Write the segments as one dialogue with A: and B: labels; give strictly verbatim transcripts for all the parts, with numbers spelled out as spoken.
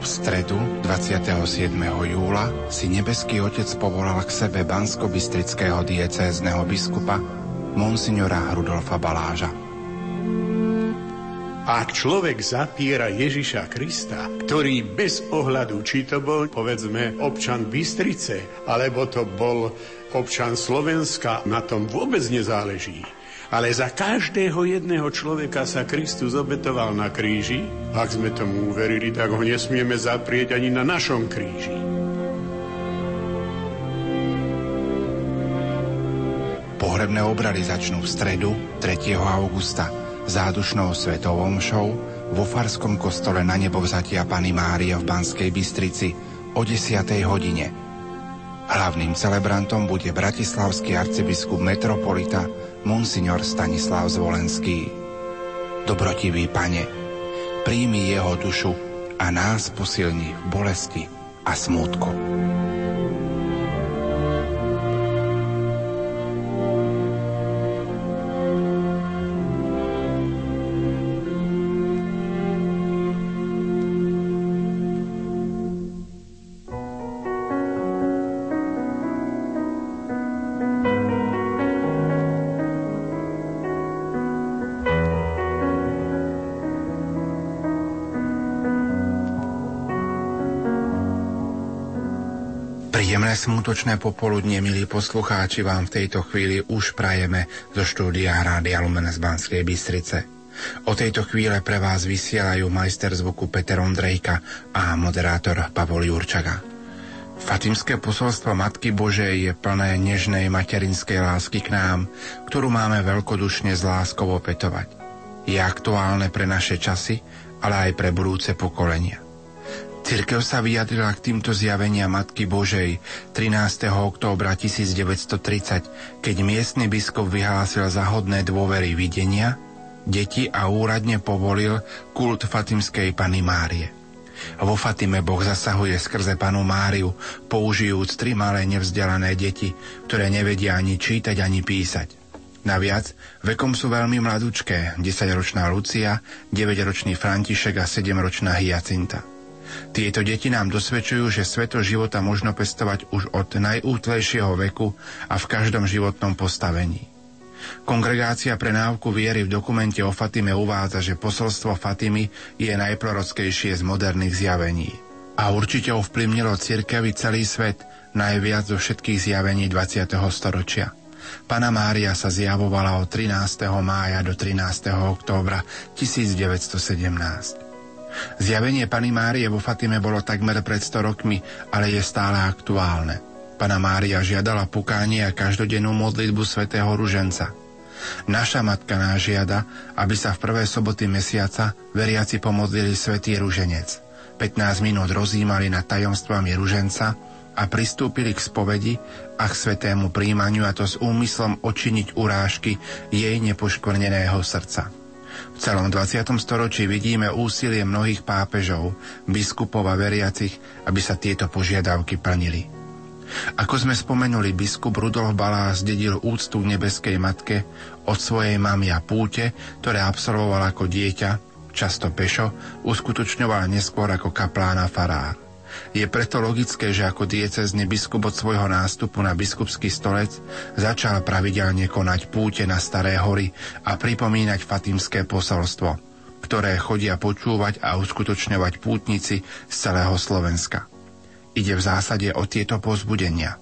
A: stredu dvadsiateho siedmeho júla si nebeský Otec povolal k sebe banskobystrického diecézneho biskupa monsignora Rudolfa Baláža.
B: Ak človek zapiera Ježiša Krista, ktorý bez ohľadu, či to bol, povedzme, občan Bystrice, alebo to bol občan Slovenska, na tom vôbec nezáleží. Ale za každého jedného človeka sa Kristus obetoval na kríži. Ak sme tomu uverili, tak ho nesmieme zaprieť ani na našom kríži.
A: Pohrebné obrady začnú v stredu tretieho augusta zádušnou svetovou omšou vo farskom kostole Na nebovzatia Panny Márie v Banskej Bystrici o desiatej hodine. Hlavným celebrantom bude bratislavský arcibiskup metropolita monsignor Stanislav Zvolenský. Dobrotivý Pane, príjmi jeho dušu a nás posilni v bolesti a smútku. Príjemné smútočné popoludnie, milí poslucháči, vám v tejto chvíli už prajeme zo štúdia Rádia Lumen z Banskej Bystrice. O tejto chvíle pre vás vysielajú majster zvuku Peter Ondrejka a moderátor Pavol Jurčaga. Fatimské posolstvo Matky Božej je plné nežnej materinskej lásky k nám, ktorú máme veľkodušne s láskou opätovať. Je aktuálne pre naše časy, ale aj pre budúce pokolenia. Cirkev sa vyjadrila k týmto zjaveniam Matky Božej trinásteho októbra tisícdeväťstotridsať, keď miestny biskup vyhlásil za hodné dôvery videnia, deti a úradne povolil kult Fatimskej Panny Márie. Vo Fatime Boh zasahuje skrze Pannu Máriu, použijúc tri malé nevzdelané deti, ktoré nevedia ani čítať, ani písať. Naviac, vekom sú veľmi mladúčké, desaťročná Lucia, deväťročný František a sedemročná Hyacinta. Tieto deti nám dosvedčujú, že svetlo života možno pestovať už od najútlejšieho veku a v každom životnom postavení. Kongregácia pre náuku viery v dokumente o Fatime uvádza, že posolstvo Fatimy je najprorockejšie z moderných zjavení. A určite ovplyvnilo cirkev i celý svet najviac zo všetkých zjavení dvadsiateho storočia. Panna Mária sa zjavovala od trinásteho mája do trinásteho októbra tisícdeväťstosedemnásť. Zjavenie Panny Márie vo Fatime bolo takmer pred sto rokmi, ale je stále aktuálne. Panna Mária žiadala pokánie a každodennú modlitbu svätého Ruženca. Naša matka nás žiada, aby sa v prvé soboty mesiaca veriaci pomodlili svätý Ruženec. pätnásť minút rozjímali nad tajomstvami Ruženca a pristúpili k spovedi a k svätému príjmaniu, a to s úmyslom odčiniť urážky jej nepoškvrneného srdca. V celom dvadsiatom storočí vidíme úsilie mnohých pápežov, biskupov a veriacich, aby sa tieto požiadavky plnili. Ako sme spomenuli, biskup Rudolf Baláž zdedil úctu k nebeskej matke od svojej mamy a púte, ktoré absolvoval ako dieťa, často pešo, uskutočňoval neskôr ako kaplán a farár. Je preto logické, že ako diecézny biskup od svojho nástupu na biskupský stolec začal pravidelne konať púte na Staré hory a pripomínať fatimské posolstvo, ktoré chodia počúvať a uskutočňovať pútnici z celého Slovenska. Ide v zásade o tieto povzbudenia.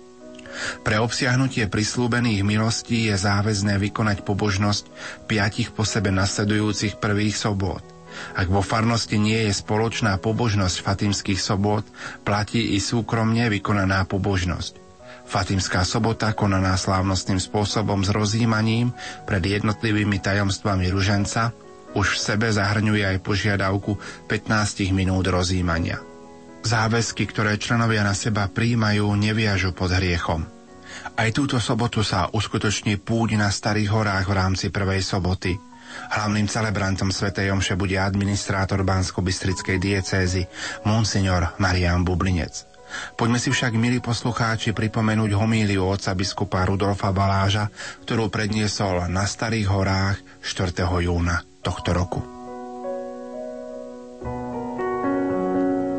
A: Pre obsiahnutie prislúbených milostí je záväzné vykonať pobožnosť piatich po sebe nasledujúcich prvých sobôt. Ak vo farnosti nie je spoločná pobožnosť fatimských sobôt, platí i súkromne vykonaná pobožnosť. Fatimská sobota, konaná slávnostným spôsobom s rozjímaním pred jednotlivými tajomstvami ruženca, už v sebe zahrňuje aj požiadavku pätnásť minút rozjímania. Záväzky, ktoré členovia na seba prijímajú, neviažu pod hriechom. Aj túto sobotu sa uskutoční púť na Starých horách v rámci prvej soboty. Hlavným celebrantom svätej omše bude administrátor banskobystrickej diecézy monsignor Marián Bublinec. Poďme si však, milí poslucháči, pripomenúť homíliu otca biskupa Rudolfa Baláža, ktorú predniesol na Starých horách štvrtého júna tohto roku.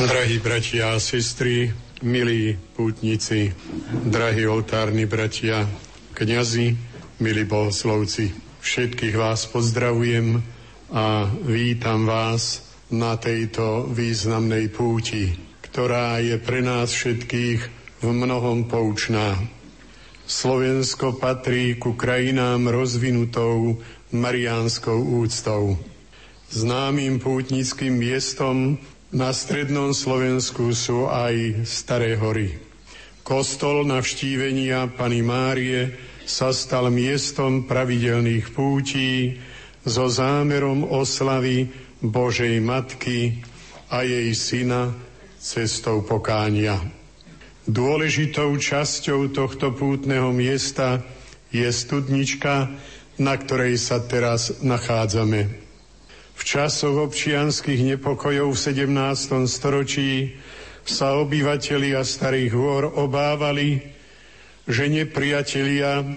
B: Drahí bratia a sestry, milí pútnici, drahí oltárni bratia, kňazi, milí bohoslovci, všetkých vás pozdravujem a vítam vás na tejto významnej púti, ktorá je pre nás všetkých v mnohom poučná. Slovensko patrí ku krajinám rozvinutou mariánskou úctou. Známym pútnickým miestom na strednom Slovensku sú aj Staré hory. Kostol navštívenia Panny Márie sa stal miestom pravidelných pútí so zámerom oslavy Božej Matky a jej syna cestou pokánia. Dôležitou časťou tohto pútneho miesta je studnička, na ktorej sa teraz nachádzame. V časoch občianskych nepokojov v sedemnástom storočí sa obyvatelia Starých hôr obávali, že nepriatelia,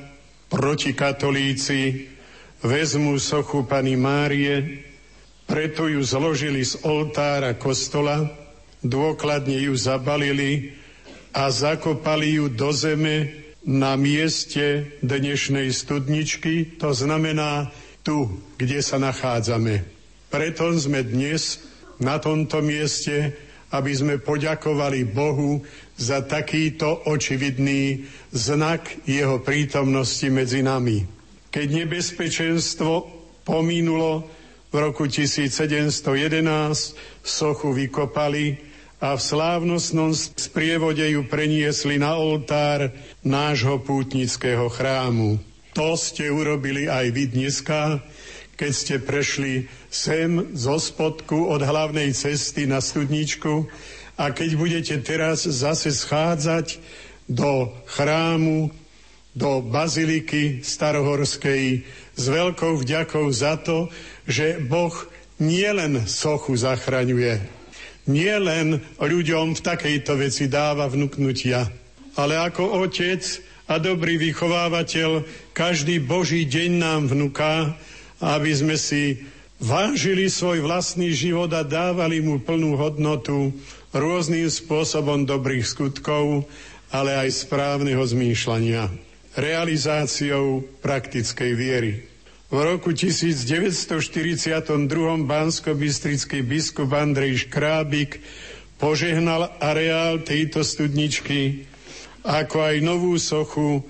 B: protikatolíci, vezmú sochu Panny Márie, preto ju zložili z oltára kostola, dôkladne ju zabalili a zakopali ju do zeme na mieste dnešnej studničky, to znamená tu, kde sa nachádzame. Preto sme dnes na tomto mieste, aby sme poďakovali Bohu za takýto očividný znak jeho prítomnosti medzi nami. Keď nebezpečenstvo pominulo v roku tisícsedemsto jedenásť, sochu vykopali a v slávnostnom sprievode ju preniesli na oltár nášho pútnického chrámu. To ste urobili aj vy dneska, keď ste prešli sem zo spodku od hlavnej cesty na studničku a keď budete teraz zase schádzať do chrámu, do baziliky starohorskej s veľkou vďakou za to, že Boh nielen sochu zachraňuje, nie len ľuďom v takejto veci dáva vnuknutia, ale ako otec a dobrý vychovávateľ každý Boží deň nám vnuká, aby sme si vážili svoj vlastný život a dávali mu plnú hodnotu rôznym spôsobom dobrých skutkov, ale aj správneho zmýšľania, realizáciou praktickej viery. V roku devätnásťstoštyridsaťdva banskobystrický biskup Andrej Škrábik požehnal areál tejto studničky, ako aj novú sochu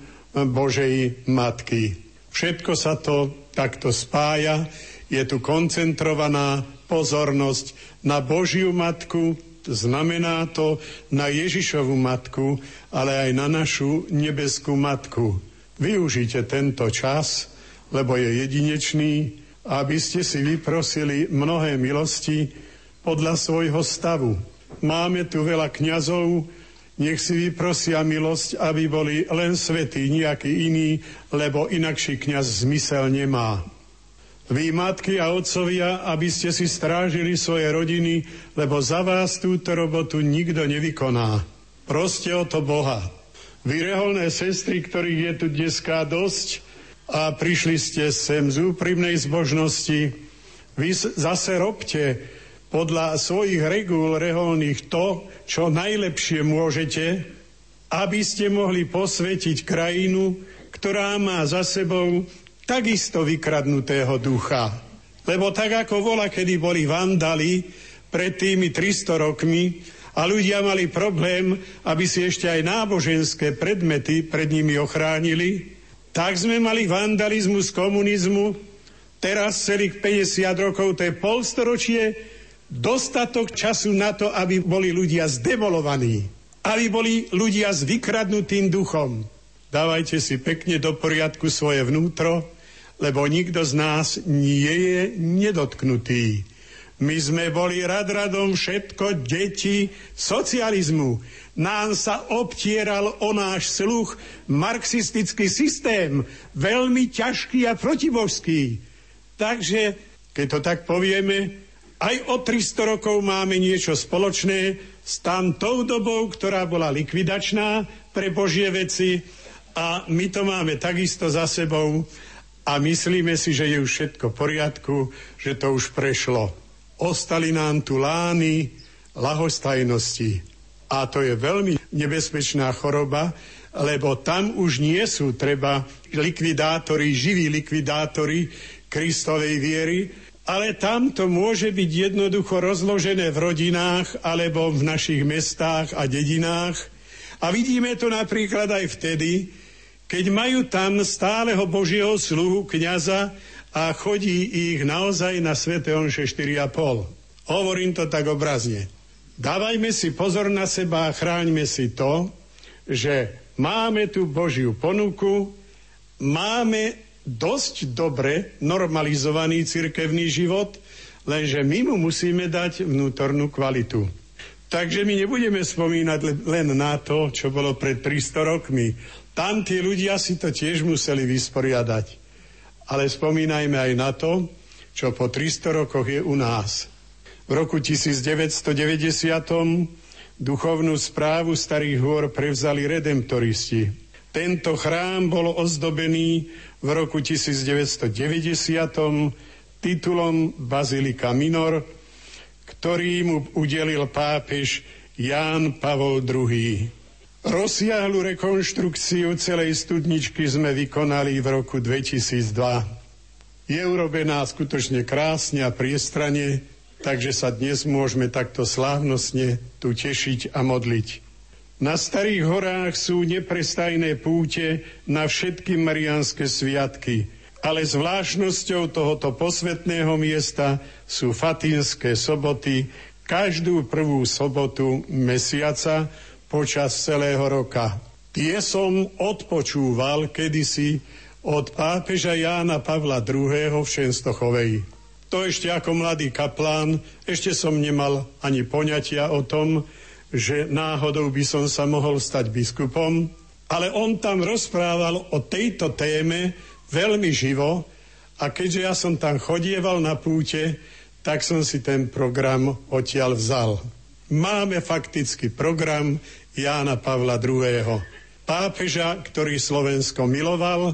B: Božej Matky. Všetko sa to takto spája, je tu koncentrovaná pozornosť na Božiu Matku, znamená to na Ježišovu Matku, ale aj na našu nebeskú Matku. Využite tento čas, lebo je jedinečný, aby ste si vyprosili mnohé milosti podľa svojho stavu. Máme tu veľa kňazov, nech si vyprosia milosť, aby boli len svätí, nejaký iný, lebo inakší kňaz zmysel nemá. Vy, matky a otcovia, aby ste si strážili svoje rodiny, lebo za vás túto robotu nikto nevykoná. Proste o to Boha. Vy, reholné sestry, ktorých je tu dneska dosť, a prišli ste sem z úprimnej zbožnosti, vy zase robte podľa svojich regúl reholných to, čo najlepšie môžete, aby ste mohli posvetiť krajinu, ktorá má za sebou takisto vykradnutého ducha. Lebo tak ako vola, kedy boli vandali pred tými tristo rokmi a ľudia mali problém, aby si ešte aj náboženské predmety pred nimi ochránili, tak sme mali vandalizmus, komunizmu, teraz celých päťdesiat rokov, to je polstoročie, dostatok času na to, aby boli ľudia zdemolovaní, aby boli ľudia s vykradnutým duchom. Dávajte si pekne do poriadku svoje vnútro, lebo nikto z nás nie je nedotknutý. My sme boli rad radom všetko deti socializmu. Nám sa obtieral o náš sluch marxistický systém, veľmi ťažký a protibožský. Takže, keď to tak povieme, aj o tristo rokov máme niečo spoločné s tamtou dobou, ktorá bola likvidačná pre Božie veci a my to máme takisto za sebou a myslíme si, že je už všetko v poriadku, že to už prešlo. Ostali nám tu lány ľahostajnosti. A to je veľmi nebezpečná choroba, lebo tam už nie sú treba likvidátori, živí likvidátori Kristovej viery, ale tam to môže byť jednoducho rozložené v rodinách alebo v našich mestách a dedinách. A vidíme to napríklad aj vtedy, keď majú tam stáleho Božieho sluhu, kňaza, a chodí ich naozaj na sväté omše štyri a pol. Hovorím to tak obrazne. Dávajme si pozor na seba a chráňme si to, že máme tu Božiu ponuku, máme dosť dobre normalizovaný cirkevný život, lenže my mu musíme dať vnútornú kvalitu. Takže my nebudeme spomínať len na to, čo bolo pred tristo rokmi. Tam tí ľudia si to tiež museli vysporiadať. Ale spomínajme aj na to, čo po tristo rokoch je u nás. V roku devätnásťstodeväťdesiat duchovnú správu Starých hôr prevzali redemptoristi. Tento chrám bol ozdobený v roku devätnásťstodeväťdesiat titulom Bazilika Minor, ktorý mu udelil pápež Ján Pavol druhý. Rozsiahlu rekonštrukciu celej studničky sme vykonali v roku dvetisícdva. Je urobená skutočne krásne a priestranne, takže sa dnes môžeme takto slávnostne tu tešiť a modliť. Na Starých horách sú neprestajné púte na všetky mariánske sviatky, ale zvláštnosťou tohoto posvätného miesta sú Fatinské soboty, každú prvú sobotu mesiaca počas celého roka. Tie som odpočúval kedysi od pápeža Jána Pavla druhého. v Šenstochovej. To ešte ako mladý kaplán, ešte som nemal ani poňatia o tom, že náhodou by som sa mohol stať biskupom, ale on tam rozprával o tejto téme veľmi živo a keďže ja som tam chodieval na púte, tak som si ten program odtiaľ vzal. Máme fakticky program Jána Pavla druhého. Pápeža, ktorý Slovensko miloval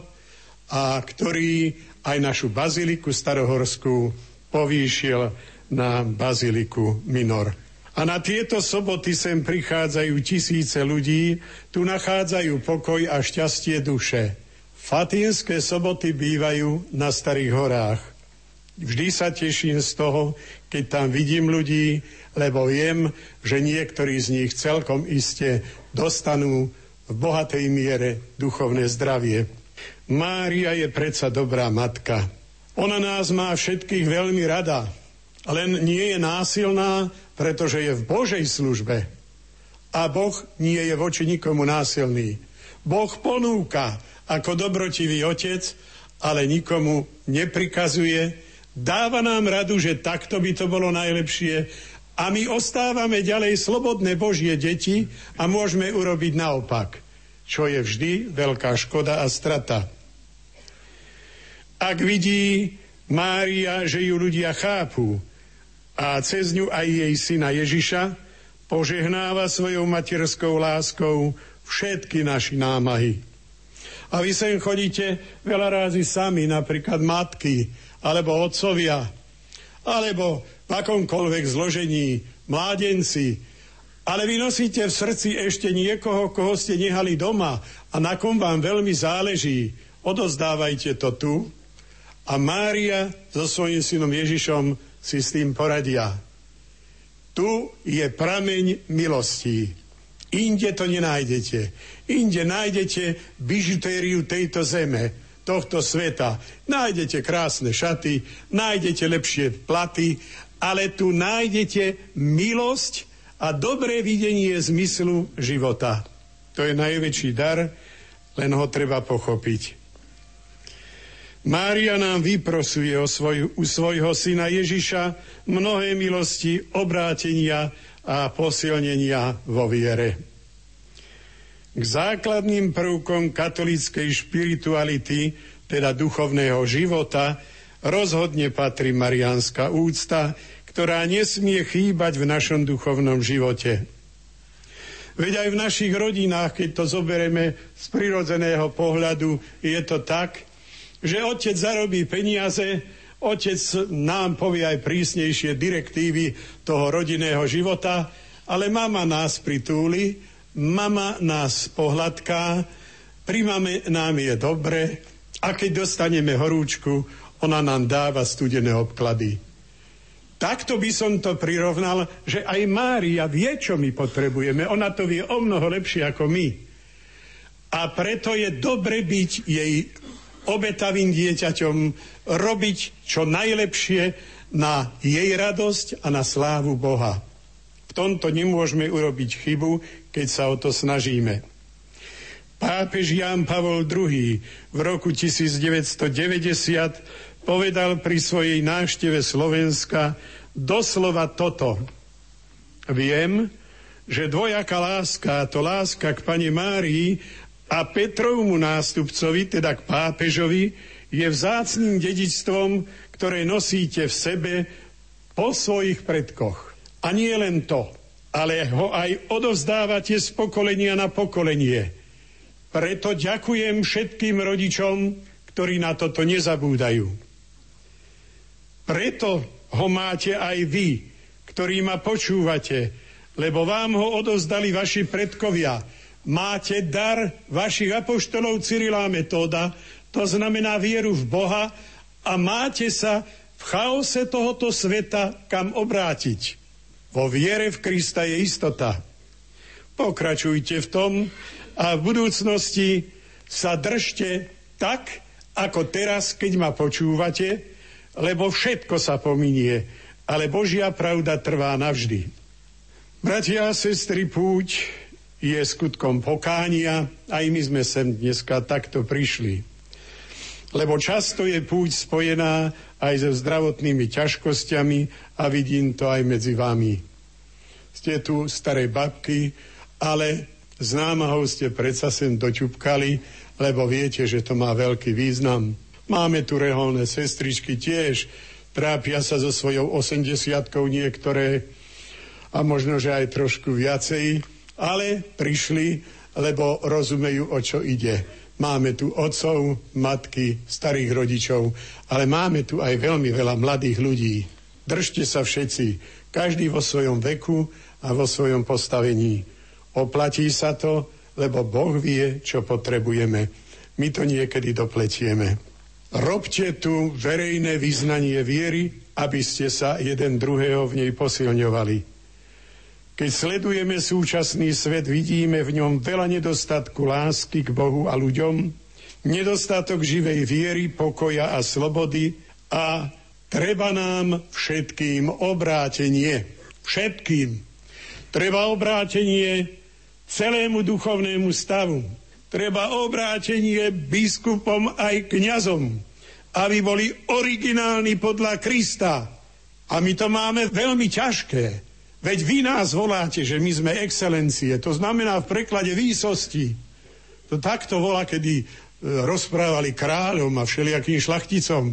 B: a ktorý aj našu baziliku starohorskú povýšil na baziliku Minor. A na tieto soboty sem prichádzajú tisíce ľudí, tu nachádzajú pokoj a šťastie duše. Fatínske soboty bývajú na Starých horách. Vždy sa teším z toho, keď tam vidím ľudí, lebo viem, že niektorí z nich celkom iste dostanú v bohatej miere duchovné zdravie. Mária je predsa dobrá matka. Ona nás má všetkých veľmi rada, len nie je násilná, pretože je v Božej službe. A Boh nie je voči nikomu násilný. Boh ponúka ako dobrotivý otec, ale nikomu neprikazuje. Dáva nám radu, že takto by to bolo najlepšie a my ostávame ďalej slobodné Božie deti a môžeme urobiť naopak, čo je vždy veľká škoda a strata. Ak vidí Mária, že ju ľudia chápu a cez ňu aj jej syna Ježiša, požehnáva svojou materskou láskou všetky naše námahy. A vy sem chodíte veľa rázy sami, napríklad matky, alebo otcovia, alebo v akomkoľvek zložení mládenci, ale vy nosíte v srdci ešte niekoho, koho ste nehali doma a na kom vám veľmi záleží. Odozdávajte to tu a Mária so svojím synom Ježišom si s tým poradia. Tu je prameň milostí. Inde to nenájdete. Inde nájdete bižutériu tejto zeme, tohto sveta. Nájdete krásne šaty, nájdete lepšie platy, ale tu nájdete milosť a dobré videnie zmyslu života. To je najväčší dar, len ho treba pochopiť. Mária nám vyprosuje o svoj, u svojho syna Ježiša mnohé milosti, obrátenia a posilnenia vo viere. K základným prvkom katolíckej špirituality, teda duchovného života, rozhodne patrí mariánska úcta, ktorá nesmie chýbať v našom duchovnom živote. Veď aj v našich rodinách, keď to zoberieme z prirodzeného pohľadu, je to tak, že otec zarobí peniaze Otec nám povie aj prísnejšie direktívy toho rodinného života, ale mama nás pritúli, mama nás pohľadká, pri mame nám je dobre a keď dostaneme horúčku, ona nám dáva studené obklady. Takto by som to prirovnal, že aj Mária vie, čo my potrebujeme. Ona to vie o mnoho lepšie ako my. A preto je dobre byť jej obetavým dieťaťom, robiť čo najlepšie na jej radosť a na slávu Boha. V tomto nemôžeme urobiť chybu, keď sa o to snažíme. Pápež Ján Pavol druhý. v roku devätnásťstodeväťdesiat povedal pri svojej návšteve Slovenska doslova toto. Viem, že dvojaká láska, to láska k Pane Márii a Petrovmu nástupcovi, teda k pápežovi, je vzácnym dedičstvom, ktoré nosíte v sebe po svojich predkoch. A nie len to, ale ho aj odovzdávate z pokolenia na pokolenie. Preto ďakujem všetkým rodičom, ktorí na toto nezabúdajú. Preto ho máte aj vy, ktorí ma počúvate, lebo vám ho odovzdali vaši predkovia. Máte dar vašich apoštolov Cyrila a Metóda, to znamená vieru v Boha a máte sa v chaose tohoto sveta kam obrátiť. Vo viere v Krista je istota. Pokračujte v tom a v budúcnosti sa držte tak, ako teraz, keď ma počúvate, lebo všetko sa pominie, ale Božia pravda trvá navždy. Bratia a sestry, púť je skutkom pokánia, aj my sme sem dneska takto prišli. Lebo často je púť spojená aj so zdravotnými ťažkosťami a vidím to aj medzi vami. Ste tu staré babky, ale s námahou ste predsa sem doťupkali, lebo viete, že to má veľký význam. Máme tu reholné sestričky tiež, trápia sa so svojou osemdesiatkou niektoré a možno, že aj trošku viacej, ale prišli, lebo rozumejú, o čo ide. Máme tu otcov, matky, starých rodičov, ale máme tu aj veľmi veľa mladých ľudí. Držte sa všetci, každý vo svojom veku a vo svojom postavení. Oplatí sa to, lebo Boh vie, čo potrebujeme. My to niekedy dopletieme. Robte tu verejné vyznanie viery, aby ste sa jeden druhého v nej posilňovali. Keď sledujeme súčasný svet, vidíme v ňom veľa nedostatku lásky k Bohu a ľuďom, nedostatok živej viery, pokoja a slobody a treba nám všetkým obrátenie. Všetkým. Treba obrátenie celému duchovnému stavu. Treba obrátenie biskupom aj kňazom, aby boli originálni podľa Krista. A my to máme veľmi ťažké. Veď vy nás voláte, že my sme excelencie. To znamená v preklade výsosti. To takto volá, kedy rozprávali kráľom a všelijakým šlachticom.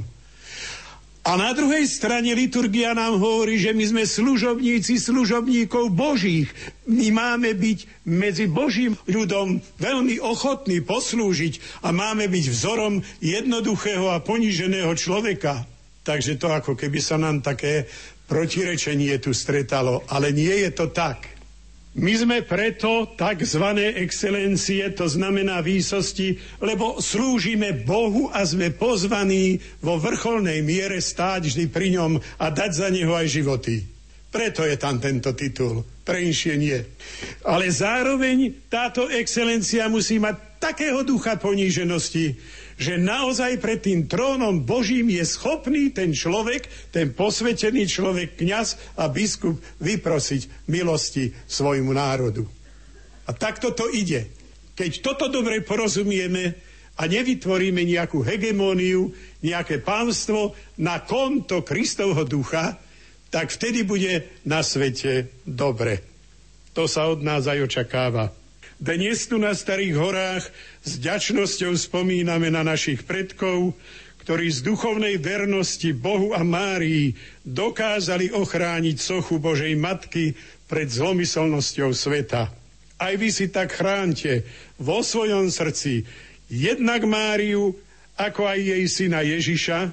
B: A na druhej strane liturgia nám hovorí, že my sme služobníci služobníkov Božích. My máme byť medzi Božím ľudom veľmi ochotní poslúžiť a máme byť vzorom jednoduchého a poníženého človeka. Takže to ako keby sa nám také protirečenie tu stretalo, ale nie je to tak. My sme preto takzvané excelencie, to znamená výsosti, lebo slúžime Bohu a sme pozvaní vo vrcholnej miere stáť vždy pri ňom a dať za neho aj životy. Preto je tam tento titul, pre inšie nie. Ale zároveň táto excelencia musí mať takého ducha poníženosti, že naozaj pred tým trónom Božím je schopný ten človek, ten posvetený človek, kňaz a biskup vyprosiť milosti svojmu národu. A takto to ide. Keď toto dobre porozumieme a nevytvoríme nejakú hegemóniu, nejaké pánstvo na konto Kristovho ducha, tak vtedy bude na svete dobre. To sa od nás aj očakáva. Dnes tu na Starých horách s vďačnosťou spomíname na našich predkov, ktorí z duchovnej vernosti Bohu a Márii dokázali ochrániť sochu Božej Matky pred zlomyselnosťou sveta. Aj vy si tak chránte vo svojom srdci jednak Máriu, ako aj jej syna Ježiša,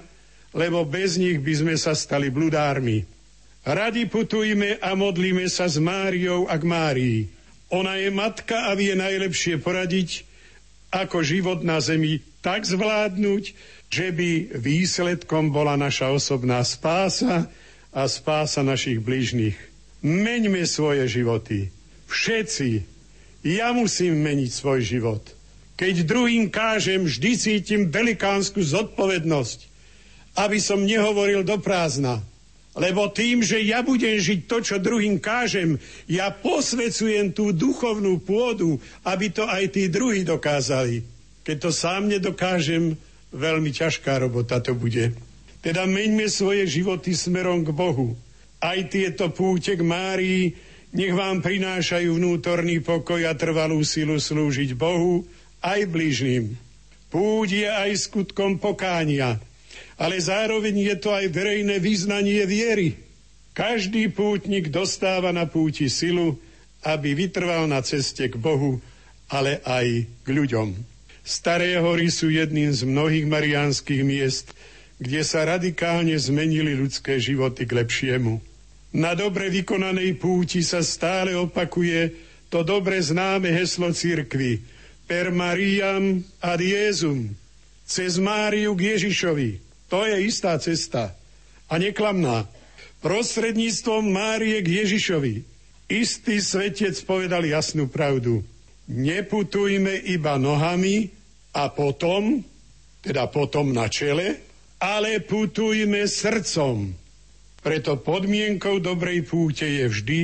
B: lebo bez nich by sme sa stali bludármi. Radi putujme a modlíme sa s Máriou a k Márii. Ona je matka a vie najlepšie poradiť, ako život na zemi tak zvládnuť, že by výsledkom bola naša osobná spása a spása našich bližných. Meňme svoje životy. Všetci. Ja musím meniť svoj život. Keď druhým kážem, vždy cítim velikánsku zodpovednosť, aby som nehovoril do prázdna. Lebo tým, že ja budem žiť to, čo druhým kážem, ja posvecujem tú duchovnú pôdu, aby to aj tí druhí dokázali. Keď to sám nedokážem, veľmi ťažká robota to bude. Teda meňme svoje životy smerom k Bohu. Aj tieto púte k Márii nech vám prinášajú vnútorný pokoj a trvalú silu slúžiť Bohu aj bližným. Púť je aj skutkom pokánia, ale zároveň je to aj verejné vyznanie viery. Každý pútnik dostáva na púti silu, aby vytrval na ceste k Bohu, ale aj k ľuďom. Staré hory sú jedným z mnohých mariánskych miest, kde sa radikálne zmenili ľudské životy k lepšiemu. Na dobre vykonanej púti sa stále opakuje to dobre známe heslo cirkvi Per Mariam ad Jesum, cez Máriu k Ježišovi. To je istá cesta a neklamná. Prostredníctvom Márie k Ježišovi. Istý svetec povedal jasnú pravdu. Neputujme iba nohami a potom, teda potom na čele, ale putujme srdcom. Preto podmienkou dobrej púte je vždy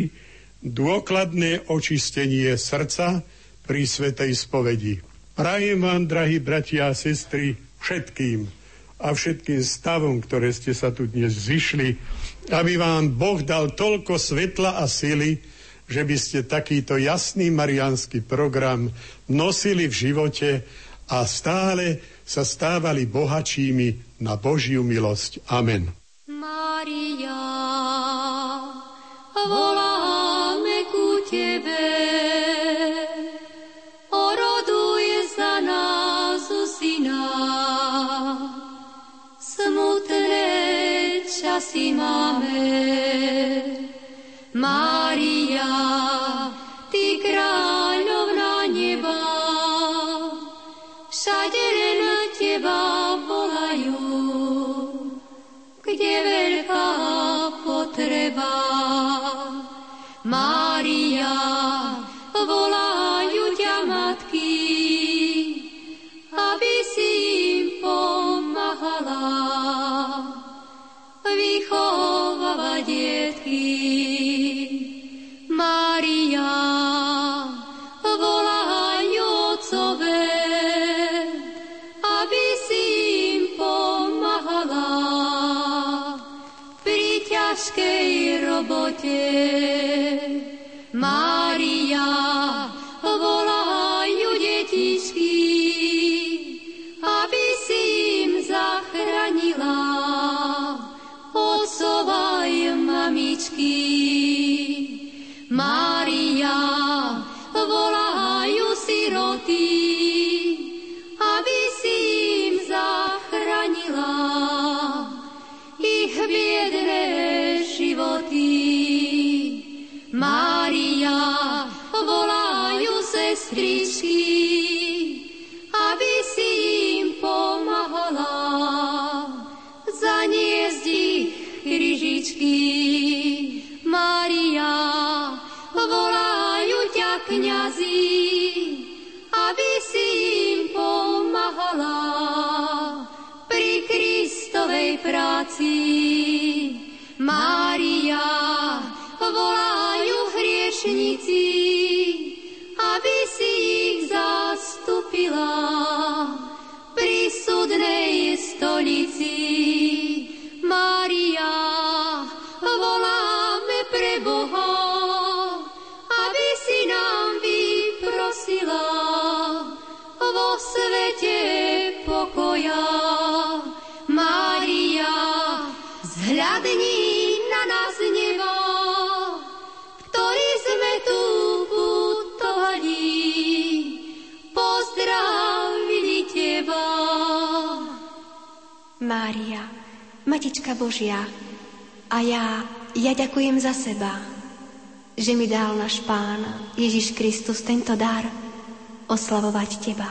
B: dôkladné očistenie srdca pri svätej spovedi. Prajem vám, drahí bratia a sestry, všetkým a všetkým stavom, ktoré ste sa tu dnes zišli, aby vám Boh dal toľko svetla a sily, že by ste takýto jasný mariánsky program nosili v živote a stále sa stávali bohatšími na Božiu milosť. Amen.
C: Mária, voláme ku Tebe, oroduj za nás syna. Smutné časy máme, Mária, Ty kráľovná neba, všade len Teba volajú, kde veľká potreba. Mária, volajú ťa matky, aby si im pomáhala vychovávať detky. Mária, volajú otcové, aby si im pomáhala pri ťažkej robote. Mária, volajú detičky, aby si im zachránila otcova i mamičky. Mária, volajú siroty, aby si im zachránila ich biedné životy. Mária, volajú sestričky, aby si im pomáhala zaniesť ich krížičky. Mária, volajú ťa kňazi, aby si im pomáhala pri Kristovej práci. Mária, volajú hriešnici, aby si ich zastúpila pri súdnej stolici. Mária, voláme pre Boha, aby si nám vyprosila vo svete pokoja. Mária, zhľadni na nás neba, ktorí sme tu putovali, pozdravili Teba.
D: Mária, Matička Božia, a ja, ja ďakujem za seba, že mi dal náš Pán Ježiš Kristus tento dar oslavovať Teba.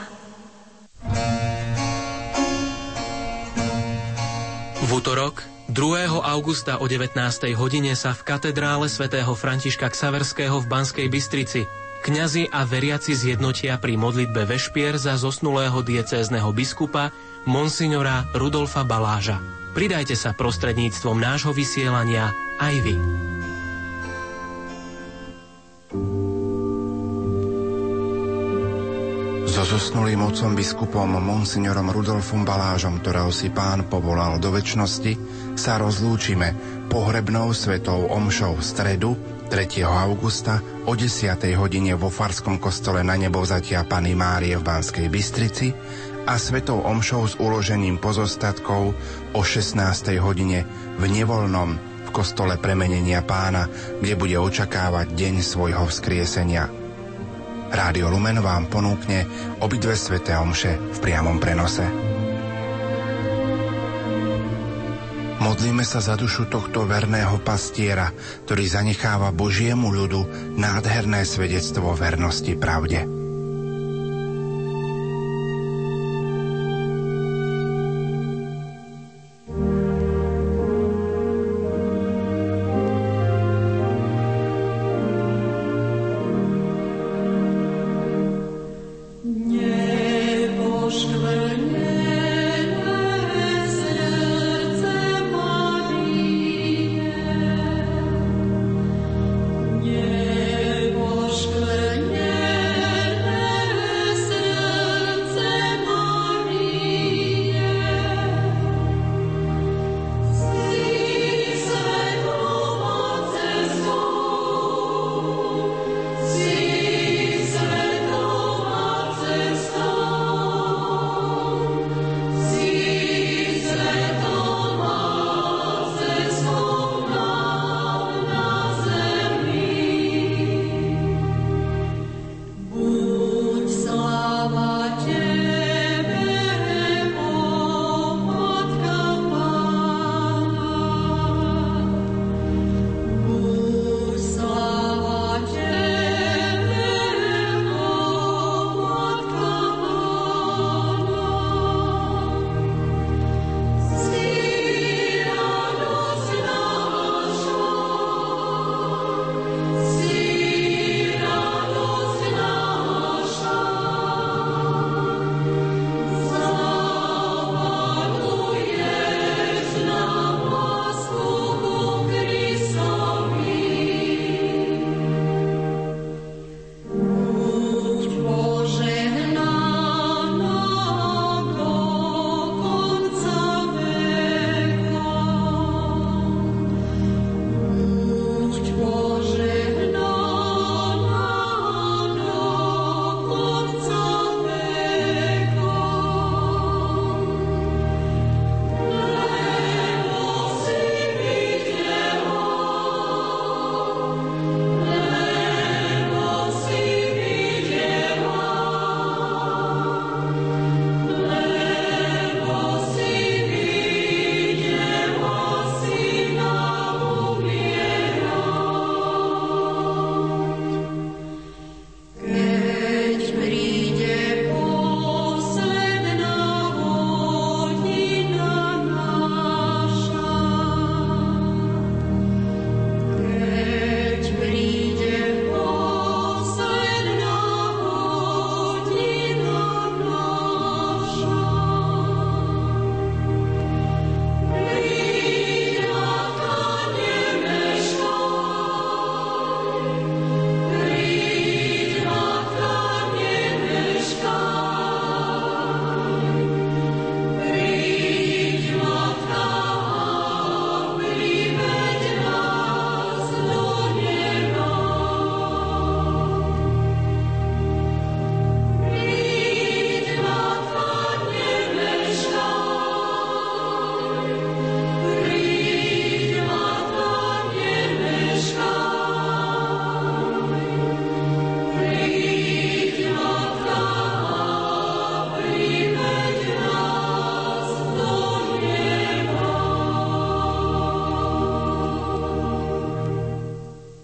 E: V útorok, druhého augusta o devätnástej hodine sa v katedrále svätého Františka Xaverského v Banskej Bystrici kňazi a veriaci zjednotia pri modlitbe vešpier za zosnulého diecézneho biskupa monsignora Rudolfa Baláža. Pridajte sa prostredníctvom nášho vysielania aj vy.
A: So zosnulým otcom biskupom monsignorom Rudolfom Balážom, ktorého si Pán povolal do večnosti, sa rozlúčime pohrebnou svetou omšou v stredu tretieho augusta o desiatej hodine vo farskom kostole Na Nebovzatia Panny Márie v Banskej Bystrici a svetou omšou s uložením pozostatkov o šestnástej hodine v Nevoľnom v kostole Premenenia Pána, kde bude očakávať deň svojho vzkriesenia. Rádio Lumen vám ponúkne obidve sväté omše v priamom prenose. Modlíme sa za dušu tohto verného pastiera, ktorý zanecháva Božiemu ľudu nádherné svedectvo vernosti pravde.
C: Yeah.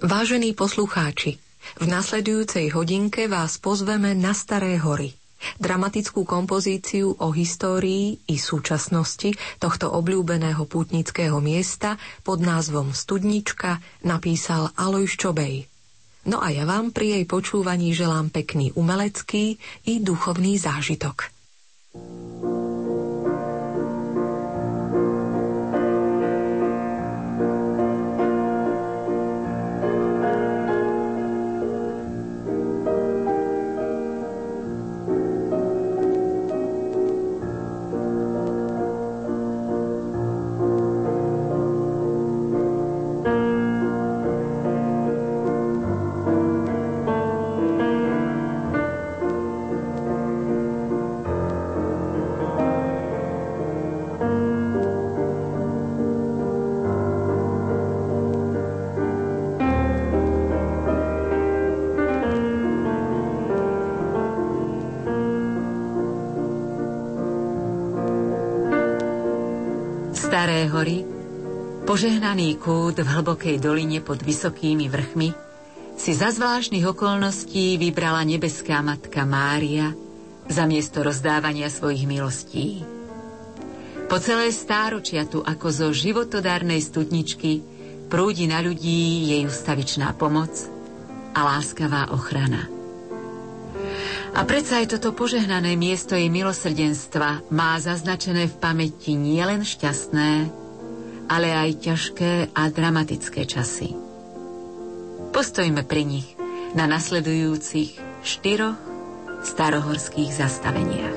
F: Vážení poslucháči, v nasledujúcej hodinke vás pozveme na Staré hory. Dramatickú kompozíciu o histórii i súčasnosti tohto obľúbeného pútnického miesta pod názvom Studnička napísal Alojz Čobej. No a ja vám pri jej počúvaní želám pekný umelecký i duchovný zážitok.
G: Staré hory, požehnaný kút v hlbokej doline pod vysokými vrchmi, si za zvláštnych okolností vybrala nebeská matka Mária za miesto rozdávania svojich milostí. Po celé stáročia tu ako zo životodárnej studničky prúdi na ľudí jej ustavičná pomoc a láskavá ochrana. A predsa aj toto požehnané miesto jej milosrdenstva má zaznačené v pamäti nielen šťastné, ale aj ťažké a dramatické časy. Postojme pri nich na nasledujúcich štyroch starohorských zastaveniach.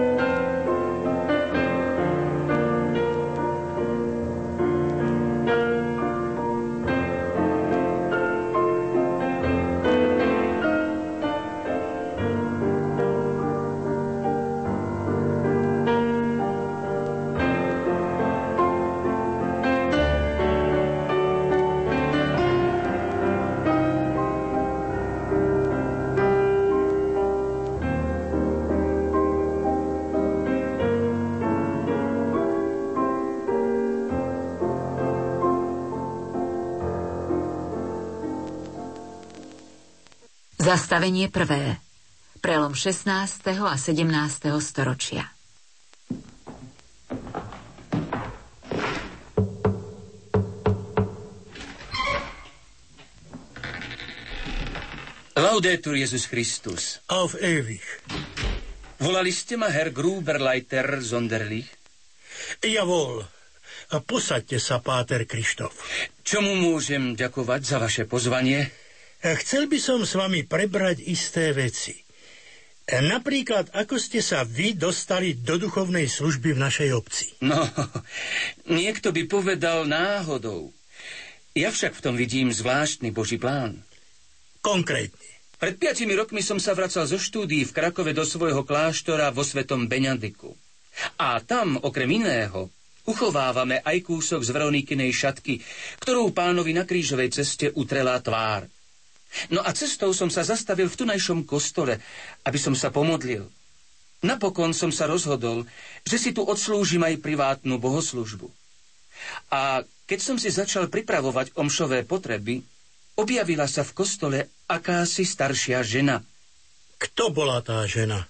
G: Zastavenie prvé. Prelom šestnásteho a sedemnásteho storočia.
H: Laudetur Jesus Christus.
I: Auf ewig.
H: Volali ste ma, Herr Gruberleiter Sonderlich?
I: Javol. Posaďte sa, páter Krištof.
H: Čomu môžem ďakovať za vaše pozvanie?
I: Chcel by som s vami prebrať isté veci. Napríklad, ako ste sa vy dostali do duchovnej služby v našej obci.
H: No, niekto by povedal náhodou. Ja však v tom vidím zvláštny Boží plán.
I: Konkrétne.
H: Pred piatimi rokmi som sa vracal zo štúdií v Krakove do svojho kláštora vo Svetom Benediku. A tam, okrem iného, uchovávame aj kúsok z Veronikinej šatky, ktorou pánovi na krížovej ceste utrela tvár. No a cestou som sa zastavil v tunajšom kostole, aby som sa pomodlil. Napokon som sa rozhodol, že si tu odslúžim aj privátnu bohoslužbu. A keď som si začal pripravovať omšové potreby, objavila sa v kostole akási staršia žena.
I: Kto bola tá žena?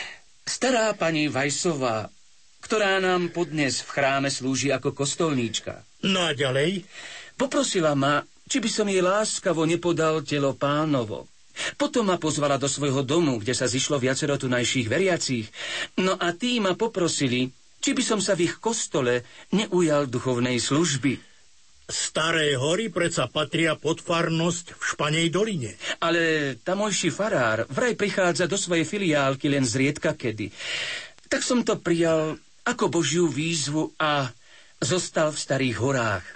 H: Stará pani Vajsová, ktorá nám podnes v chráme slúži ako kostolníčka.
I: No a ďalej?
H: Poprosila ma, či by som jej láskavo nepodal telo pánovo. Potom ma pozvala do svojho domu, kde sa zišlo viacero tunajších veriacích. No a tí ma poprosili, či by som sa v ich kostole neujal duchovnej služby.
I: Staré hory predsa patria pod farnosť v Španej doline.
H: Ale tamojší farár vraj prichádza do svojej filiálky len zriedka kedy. Tak som to prijal ako Božiu výzvu a zostal v Starých horách.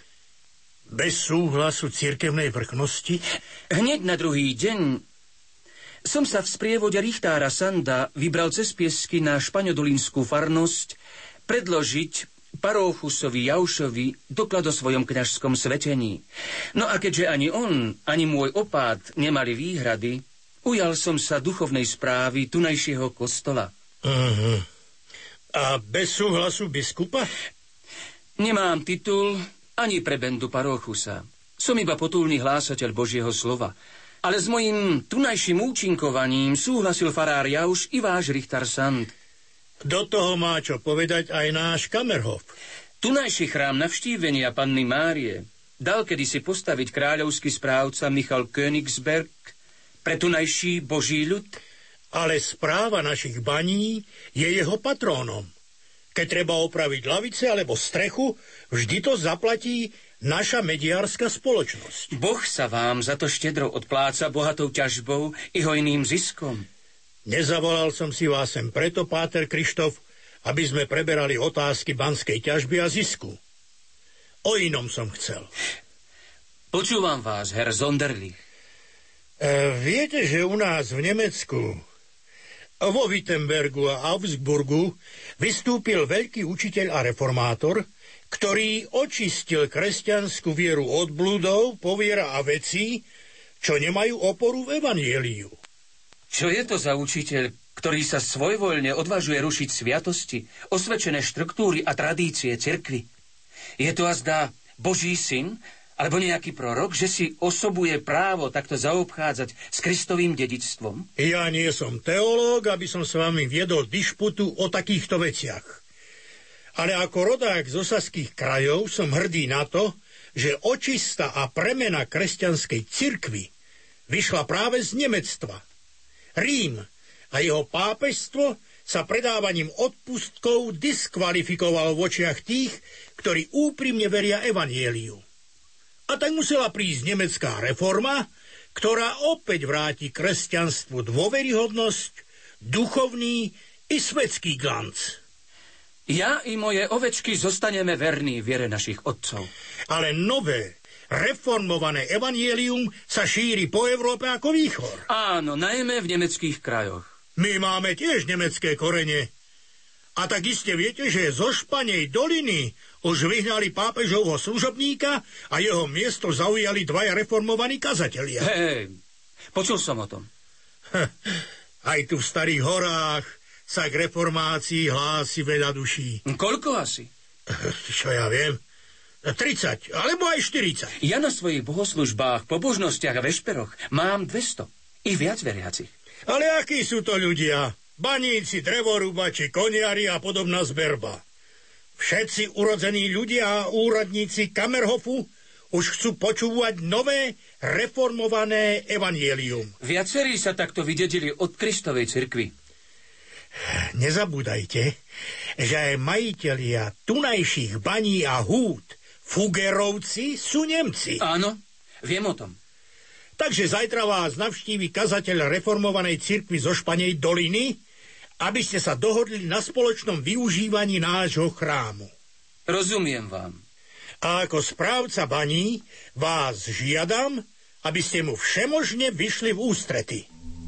I: Bez súhlasu cirkevnej vrchnosti?
H: Hneď na druhý deň som sa v sprievode richtára Sanda vybral cez piesky na špaňodolínsku farnosť predložiť paróchusovi Jaušovi doklad o svojom kňažskom svetení. No a keďže ani on, ani môj opát nemali výhrady, ujal som sa duchovnej správy tunajšieho kostola.
I: Uh-huh. A bez súhlasu biskupa?
H: Nemám titul ani prebendu paróchusa. Som iba potulný hlásateľ Božieho slova. Ale s mojím tunajším účinkovaním súhlasil farár Jauš i váš Richtar Sand.
I: Do toho má čo povedať aj náš Kamerhof.
H: Tunajší chrám navštívenia Panny Márie dal kedysi postaviť kráľovský správca Michal Königsberg pre tunajší Boží ľud.
I: Ale správa našich baní je jeho patrónom. Keď treba opraviť lavice alebo strechu, vždy to zaplatí naša mediárska spoločnosť.
H: Boh sa vám za to štedro odpláca bohatou ťažbou i hojným ziskom.
I: Nezavolal som si vás sem preto, páter Krištof, aby sme preberali otázky banskej ťažby a zisku. O inom som chcel.
H: Počúvam vás, herr Sonderlich.
I: E, viete, že u nás v Nemecku, vo Wittenbergu a Augsburgu, vystúpil veľký učiteľ a reformátor, ktorý očistil kresťanskú vieru od blúdov, poviera a vecí, čo nemajú oporu v evanjeliu.
H: Čo je to za učiteľ, ktorý sa svojvoľne odvažuje rušiť sviatosti, osvedčené štruktúry a tradície cirkvi? Je to azda Boží syn, alebo nejaký prorok, že si osobuje právo takto zaobchádzať s Kristovým dedičstvom?
I: Ja nie som teológ, aby som s vami viedol dišputu o takýchto veciach. Ale ako rodák z osaských krajov som hrdý na to, že očista a premena kresťanskej cirkvi vyšla práve z Nemectva. Rím a jeho pápežstvo sa predávaním odpustkov diskvalifikoval v očiach tých, ktorí úprimne veria evanjeliu. A tak musela prísť nemecká reforma, ktorá opäť vráti kresťanstvu dôveryhodnosť, duchovný i svetský glanc.
H: Ja i moje ovečky zostaneme verní viere našich otcov.
I: Ale nové, reformované evanjelium sa šíri po Európe ako výchor.
H: Áno, najmä v nemeckých krajoch.
I: My máme tiež nemecké korene. A tak iste viete, že zo Španej doliny už vyhnali pápežovho služobníka a jeho miesto zaujali dvaja reformovaní kazatelia.
H: Hej, počul som o tom.
I: Aj tu v Starých horách sa k reformácii hlási veľa duší.
H: Koľko asi?
I: Čo ja viem? tridsať, alebo aj štyridsať.
H: Ja na svojich bohoslužbách, pobožnostiach a vešperoch mám dvesto. I viac veriacich.
I: Ale akí sú to ľudia? Baníci, drevorúbači, koniari a podobná zberba. Všetci urodzení ľudia a úradníci Kamerhofu už chcú počúvať nové, reformované evanjelium.
H: Viacerí sa takto vydedili od Kristovej cirkvi.
I: Nezabúdajte, že aj majitelia tunajších baní a húd, Fugerovci, sú Nemci.
H: Áno, viem o tom.
I: Takže zajtra vás navštívi kazateľ reformovanej cirkvi zo Španej doliny, aby ste sa dohodli na spoločnom využívaní nášho chrámu.
H: Rozumiem vám.
I: A ako správca baní vás žiadam, aby ste mu všemožne vyšli v ústrety.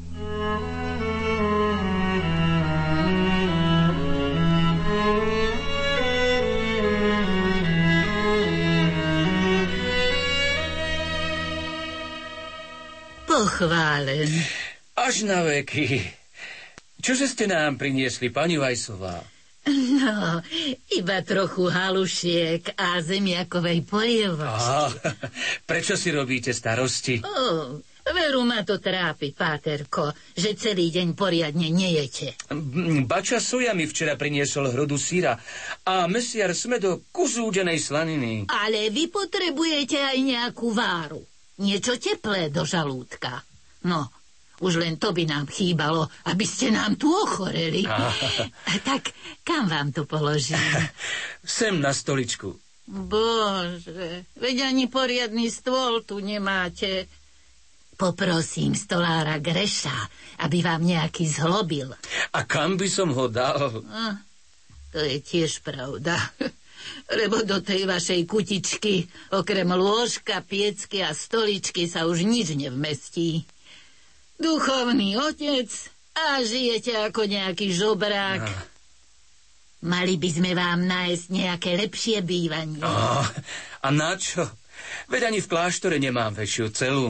J: Pochválen.
H: Až na veky. Čože ste nám priniesli, pani Vajsová?
J: No, iba trochu halušiek a zemiakovej polievočky.
H: Prečo si robíte starosti?
J: Oh, veru ma to trápi, páterko, že celý deň poriadne nejete.
H: Bača Soja mi včera priniesol hrodu syra a mesiar Smedo kuzúdenej slaniny.
J: Ale vy potrebujete aj nejakú váru. Niečo teplé do žalúdka. No, už len to by nám chýbalo, aby ste nám tu ochoreli. Tak kam vám to položím?
H: Sem na stoličku.
J: Bože, veď ani poriadny stôl tu nemáte. Poprosím stolára Greša, aby vám nejaký zhlobil.
H: A kam by som ho dal?
J: A, to je tiež pravda. Lebo do tej vašej kutičky, okrem lôžka, piecky a stoličky sa už nič nevmestí. Duchovný otec a žijete ako nejaký žobrák. No. Mali by sme vám nájsť nejaké lepšie bývanie.
H: Oh, a na čo? Veď ani v kláštore nemám väčšiu celu.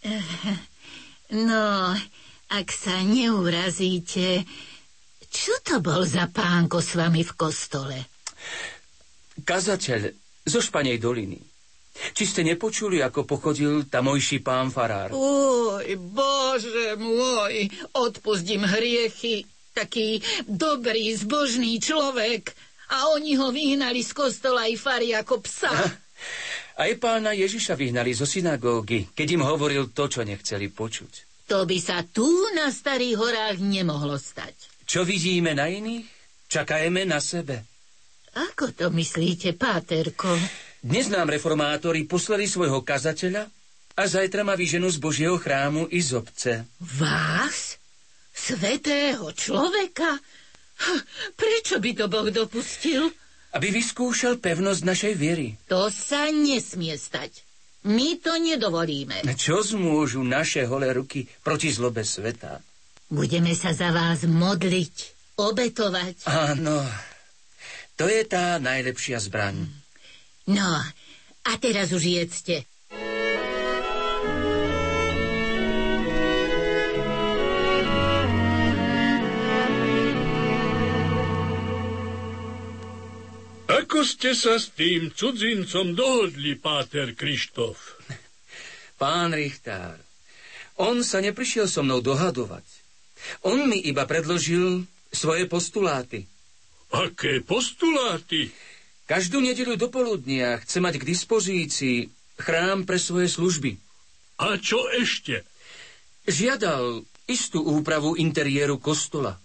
J: No, ak sa neurazíte, čo to bol za pánko s vami v kostole?
H: Kazateľ zo Španej doliny. Či ste nepočuli, ako pochodil tamojší pán farár?
J: Oj, Bože môj, odpustím hriechy. Taký dobrý, zbožný človek. A oni ho vyhnali z kostola i fary ako psa.
H: Aj pána Ježiša vyhnali zo synagógy, keď im hovoril to, čo nechceli počuť.
J: To by sa tu na Starých horách nemohlo stať.
H: Čo vidíme na iných, čakajme na sebe.
J: Ako to myslíte, páterko?
H: Dnes nám reformátori poslali svojho kazateľa a zajtra ma vyženú z Božieho chrámu i z obce.
J: Vás? Svätého človeka? Prečo by to Boh dopustil?
H: Aby vyskúšal pevnosť našej viery.
J: To sa nesmie stať. My to nedovolíme.
H: Čo zmôžu naše holé ruky proti zlobe sveta?
J: Budeme sa za vás modliť, obetovať.
H: Áno, to je tá najlepšia zbraň.
J: No, a teraz už jedzte.
I: Ako ste sa s tým cudzincom dohodli, páter Krištof?
H: Pán Richtár, on sa neprišiel so mnou dohadovať. On mi iba predložil svoje postuláty.
I: Aké postuláty?
H: Každú nedeľu do poludnia chce mať k dispozícii chrám pre svoje služby.
I: A čo ešte?
H: Žiadal istú úpravu interiéru kostola.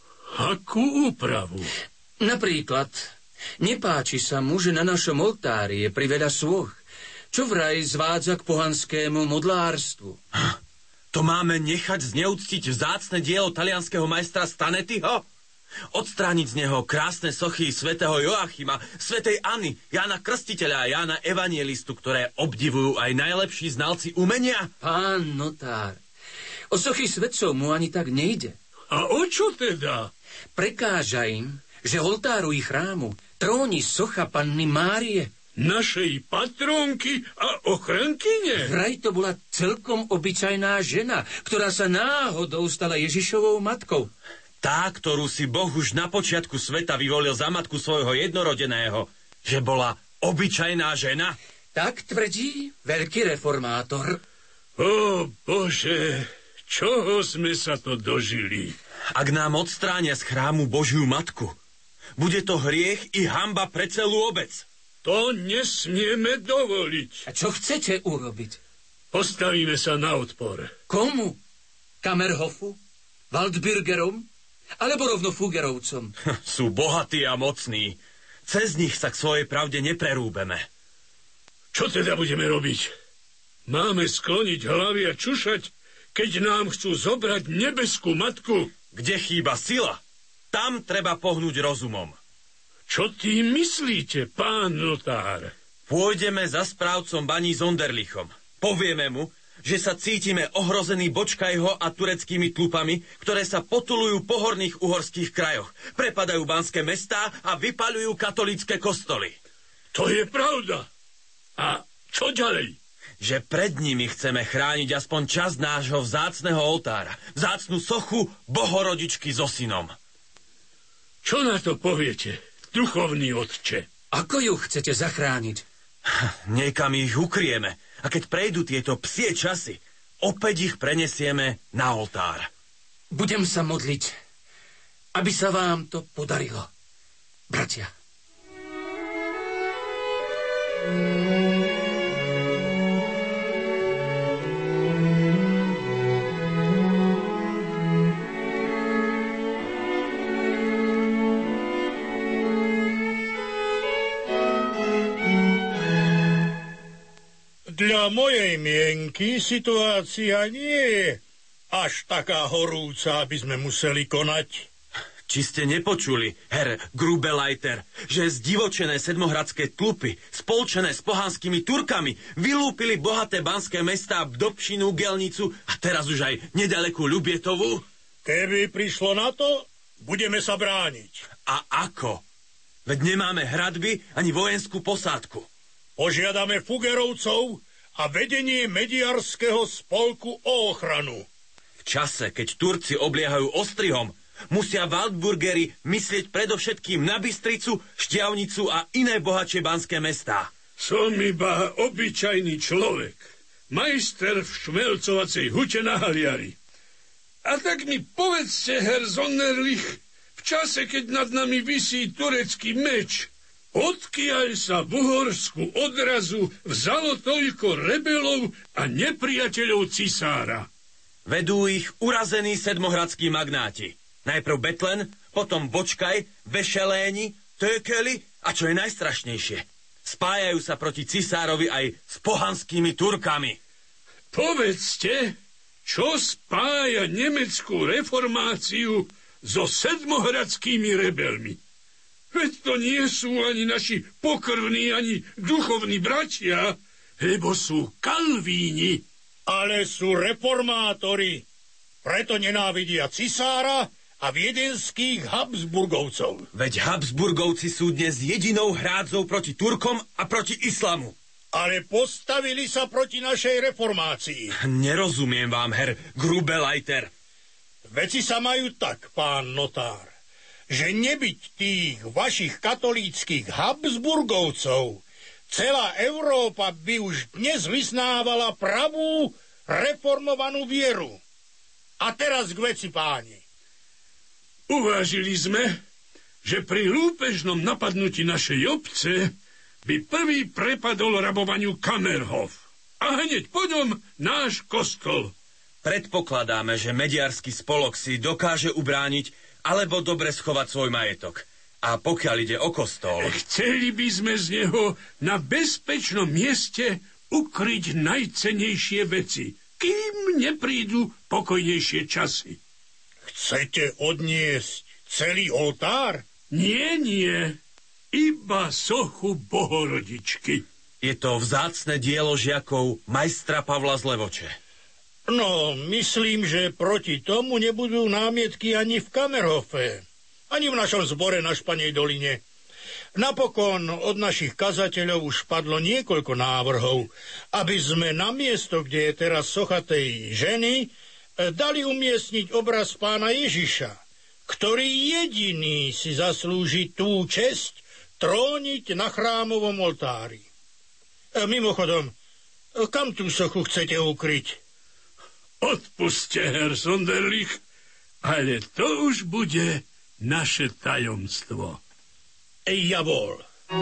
I: Akú úpravu?
H: Napríklad, nepáči sa mu, že na našom oltári je priveľa sôch, čo vraj zvádza k pohanskému modlárstvu.
K: To máme nechať zneúctiť vzácne dielo talianskeho majstra Stanettiho? Odstrániť z neho krásne sochy svätého Joachima, svätej Anny, Jána Krstiteľa a Jána Evangelistu, ktoré obdivujú aj najlepší znalci umenia?
H: Pán notár, o sochy svätcov mu ani tak nejde.
I: A o čo teda?
H: Prekáža im, že oltáru i chrámu tróni socha Panny Márie.
I: Našej patrónky a ochrankyne?
H: Vraj to bola celkom obyčajná žena, ktorá sa náhodou stala Ježišovou matkou.
K: Tá, ktorú si Boh už na počiatku sveta vyvolil za matku svojho jednorodeného, že bola obyčajná žena?
H: Tak tvrdí veľký reformátor.
I: Ó, Bože, čoho sme sa to dožili?
K: Ak nám odstránia z chrámu Božiu matku, bude to hriech i hanba pre celú obec.
I: To nesmieme dovoliť.
H: A čo chcete urobiť?
I: Postavíme sa na odpor.
H: Komu? Kamerhofu? Waldbürgerom? Alebo rovno Fuggerovcom?
K: Sú bohatí a mocní. Cez nich sa k svojej pravde neprerúbeme.
I: Čo teda budeme robiť? Máme skloniť hlavy a čušať, keď nám chcú zobrať nebeskú matku?
K: Kde chýba sila, tam treba pohnúť rozumom.
I: Čo tým myslíte, pán notár?
K: Pôjdeme za správcom baní Zonderlichom. Povieme mu, že sa cítime ohrození Bočkajho a tureckými tlupami, ktoré sa potulujú po horných uhorských krajoch, prepadajú banské mestá a vypaľujú katolícke kostoly.
I: To je pravda. A čo ďalej?
K: Že pred nimi chceme chrániť aspoň časť nášho vzácneho oltára, vzácnu sochu Bohorodičky so synom.
I: Čo na to poviete, duchovný otče?
H: Ako ju chcete zachrániť?
K: Niekam ich ukrieme a keď prejdú tieto psie časy, opäť ich prenesieme na oltár.
H: Budem sa modliť, aby sa vám to podarilo, bratia.
I: Dla mojej mienky situácia nie je až taká horúca, aby sme museli konať.
K: Či ste nepočuli, herr Grubeleiter, že zdivočené sedmohradské tlupy, spolčené s pohanskými Turkami, vylúpili bohaté banské mestá Dobšinu, Gelnicu a teraz už aj nedalekú Ľubietovu?
I: Keby prišlo na to, budeme sa brániť.
K: A ako? Veď nemáme hradby ani vojenskú posádku.
I: Požiadame Fuggerovcov a vedenie Mediarského spolku o ochranu.
K: V čase, keď Turci obliehajú ostrihom, musia Waldburgeri myslieť predovšetkým na Bystricu, Štiavnicu a iné bohatšie banské mestá.
B: Som iba obyčajný človek, majster v šmelcovacej hute na Haliari. A tak mi povedzte, Herr Sonderlich, v čase, keď nad nami visí turecký meč, odkiaľ sa v Uhorsku odrazu vzalo toľko rebelov a nepriateľov cisára?
K: Vedú ich urazení sedmohradskí magnáti. Najprv Betlen, potom Bočkaj, Vešeléni, Tökeli a čo je najstrašnejšie, spájajú sa proti cisárovi aj s pohanskými Turkami.
B: Povedzte, čo spája nemeckú reformáciu so sedmohradskými rebelmi? Veď to nie sú ani naši pokrvní, ani duchovní bratia, lebo sú kalvíni.
I: Ale sú reformátori, preto nenávidia cisára a viedenských Habsburgovcov.
K: Veď Habsburgovci sú dnes jedinou hrádzou proti Turkom a proti islamu.
I: Ale postavili sa proti našej reformácii.
K: Nerozumiem vám, Herr Grubeleiter.
I: Veci sa majú tak, pán notár, že nebyť tých vašich katolíckych Habsburgovcov, celá Európa by už dnes vyznávala pravú reformovanú vieru. A teraz k veci, páni.
B: Uvážili sme, že pri lúpežnom napadnutí našej obce by prvý prepadol rabovaniu Kamerhof. A hneď po ňom náš kostol.
K: Predpokladáme, že mediársky spolok si dokáže ubrániť alebo dobre schovať svoj majetok. A pokiaľ ide o kostol...
B: Chceli by sme z neho na bezpečnom mieste ukryť najcennejšie veci, kým neprídu pokojnejšie časy.
I: Chcete odniesť celý oltár?
B: Nie, nie. Iba sochu Bohorodičky.
K: Je to vzácne dielo žiakov majstra Pavla z Levoče.
I: No, myslím, že proti tomu nebudú námietky ani v Kamerhofe. Ani v našom zbore na Španej doline. Napokon od našich kazateľov už padlo niekoľko návrhov, aby sme na miesto, kde je teraz socha tej ženy, dali umiestniť obraz pána Ježiša, ktorý jediný si zaslúži tú česť tróniť na chrámovom oltári. Mimochodom, kam tú sochu chcete ukryť?
B: Odpuste, Herr Sonderlich, ale to už bude naše tajomstvo.
I: Jawohl.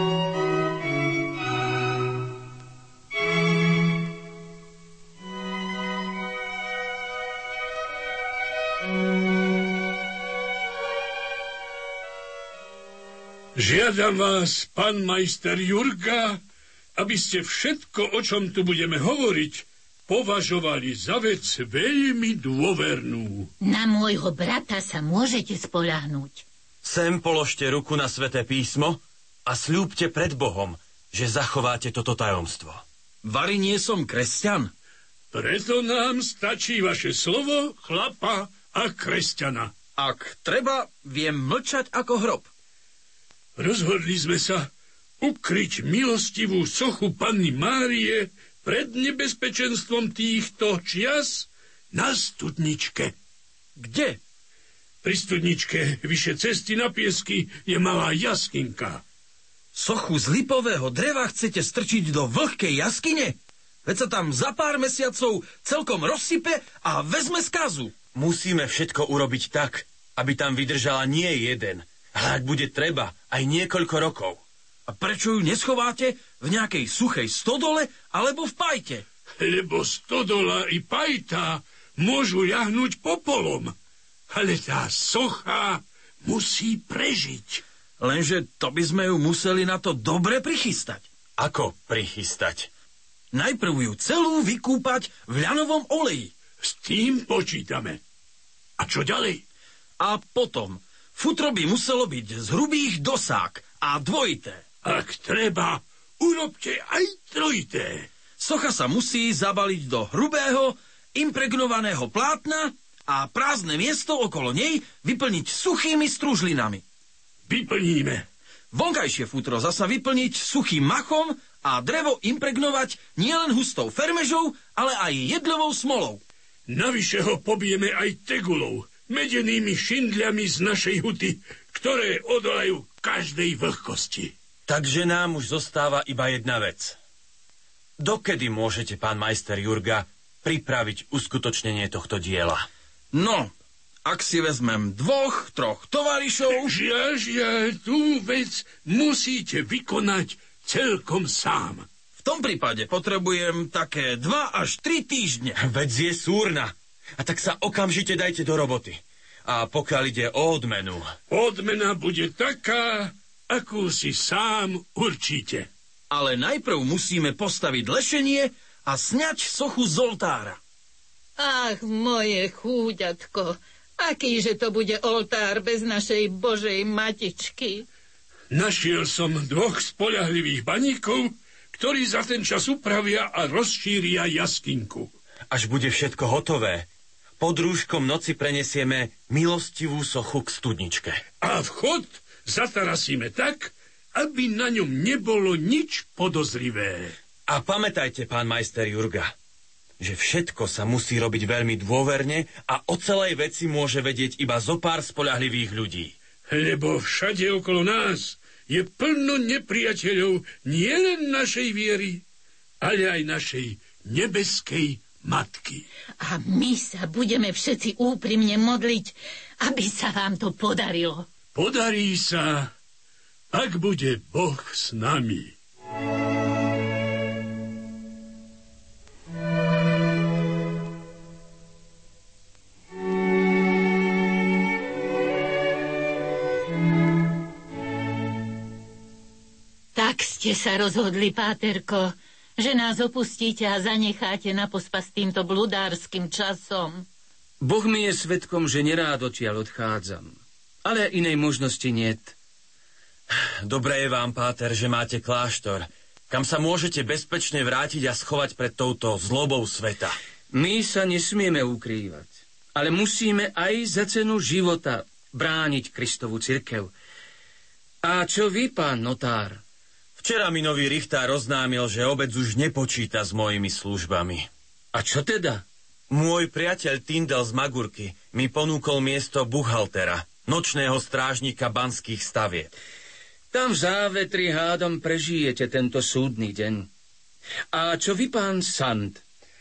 B: Žiadam vás, pán majster Jurga, aby ste všetko, o čom tu budeme hovoriť, považovali za vec veľmi dôvernú.
J: Na môjho brata sa môžete spoľahnúť.
K: Sem položte ruku na sväté písmo a sľúbte pred Bohom, že zachováte toto tajomstvo.
L: Vari nie som kresťan.
B: Preto nám stačí vaše slovo, chlapa a kresťana.
L: Ak treba, viem mlčať ako hrob.
B: Rozhodli sme sa ukryť milostivú sochu Panny Márie pred nebezpečenstvom týchto čias na studničke.
L: Kde?
B: Pri studničke vyše cesty na piesky je malá jaskinka.
L: Sochu z lipového dreva chcete strčiť do vlhkej jaskyne? Veď sa tam za pár mesiacov celkom rozsype a vezme skazu.
K: Musíme všetko urobiť tak, aby tam vydržala nie jeden, ale ak bude treba, aj niekoľko rokov.
L: A prečo ju neschováte v nejakej suchej stodole alebo v pajte?
B: Lebo stodola i pajta môžu ľahnúť popolom, ale tá socha musí prežiť.
L: Lenže to by sme ju museli na to dobre prichystať.
K: Ako prichystať?
L: Najprv ju celú vykúpať v ľanovom oleji.
B: S tým počítame. A čo ďalej?
L: A potom, futro by muselo byť z hrubých dosák a dvojité.
B: Ak treba, urobte aj trojité.
L: Socha sa musí zabaliť do hrubého, impregnovaného plátna a prázdne miesto okolo nej vyplniť suchými stružlinami.
B: Vyplníme.
L: Vonkajšie futro zasa vyplniť suchým machom a drevo impregnovať nielen hustou fermežou, ale aj jedlovou smolou.
B: Navyše ho pobijeme aj tegulou, medenými šindľami z našej huty, ktoré odolajú každej vlhkosti.
K: Takže nám už zostáva iba jedna vec. Dokedy môžete, pán majster Jurga, pripraviť uskutočnenie tohto diela?
L: No, ak si vezmem dvoch, troch tovarišov...
B: Žiaľ, žiaľ, tú vec musíte vykonať celkom sám.
L: V tom prípade potrebujem také dva až tri týždne.
K: Veď je súrna. A tak sa okamžite dajte do roboty. A pokiaľ ide o odmenu...
B: Odmena bude taká, akú si sám určite.
L: Ale najprv musíme postaviť lešenie a sňať sochu z oltára.
J: Ach, moje chúďatko, akýže to bude oltár bez našej Božej Matičky?
B: Našiel som dvoch spoľahlivých baníkov, ktorí za ten čas upravia a rozšíria jaskynku.
K: Až bude všetko hotové, pod rúškom noci prenesieme milostivú sochu k studničke.
B: A vchod zatarasíme tak, aby na ňom nebolo nič podozrivé.
K: A pamätajte, pán majster Jurga, že všetko sa musí robiť veľmi dôverne a o celej veci môže vedieť iba zo pár spoľahlivých ľudí.
B: Lebo všade okolo nás je plno nepriateľov nielen našej viery, ale aj našej nebeskej Matky.
J: A my sa budeme všetci úprimne modliť, aby sa vám to podarilo.
B: Podarí sa, ak bude Boh s nami.
J: Tak ste sa rozhodli, páterko, že nás opustíte a zanecháte na pospas týmto bludárskym časom.
H: Boh mi je svedkom, že nerád odtiaľ odchádzam. Ale inej možnosti niet.
K: Dobre je vám, páter, že máte kláštor, kam sa môžete bezpečne vrátiť a schovať pred touto zlobou sveta.
H: My sa nesmieme ukrývať, ale musíme aj za cenu života brániť Kristovu cirkev. A čo vy, pán notár?
K: Včera mi nový richtár oznámil, že obec už nepočíta s mojimi službami.
H: A čo teda?
K: Môj priateľ Tindel z Magurky mi ponúkol miesto buchaltera, nočného strážnika banských stavieb.
H: Tam v závetri hádom prežijete tento súdny deň. A čo vy, pán Sant?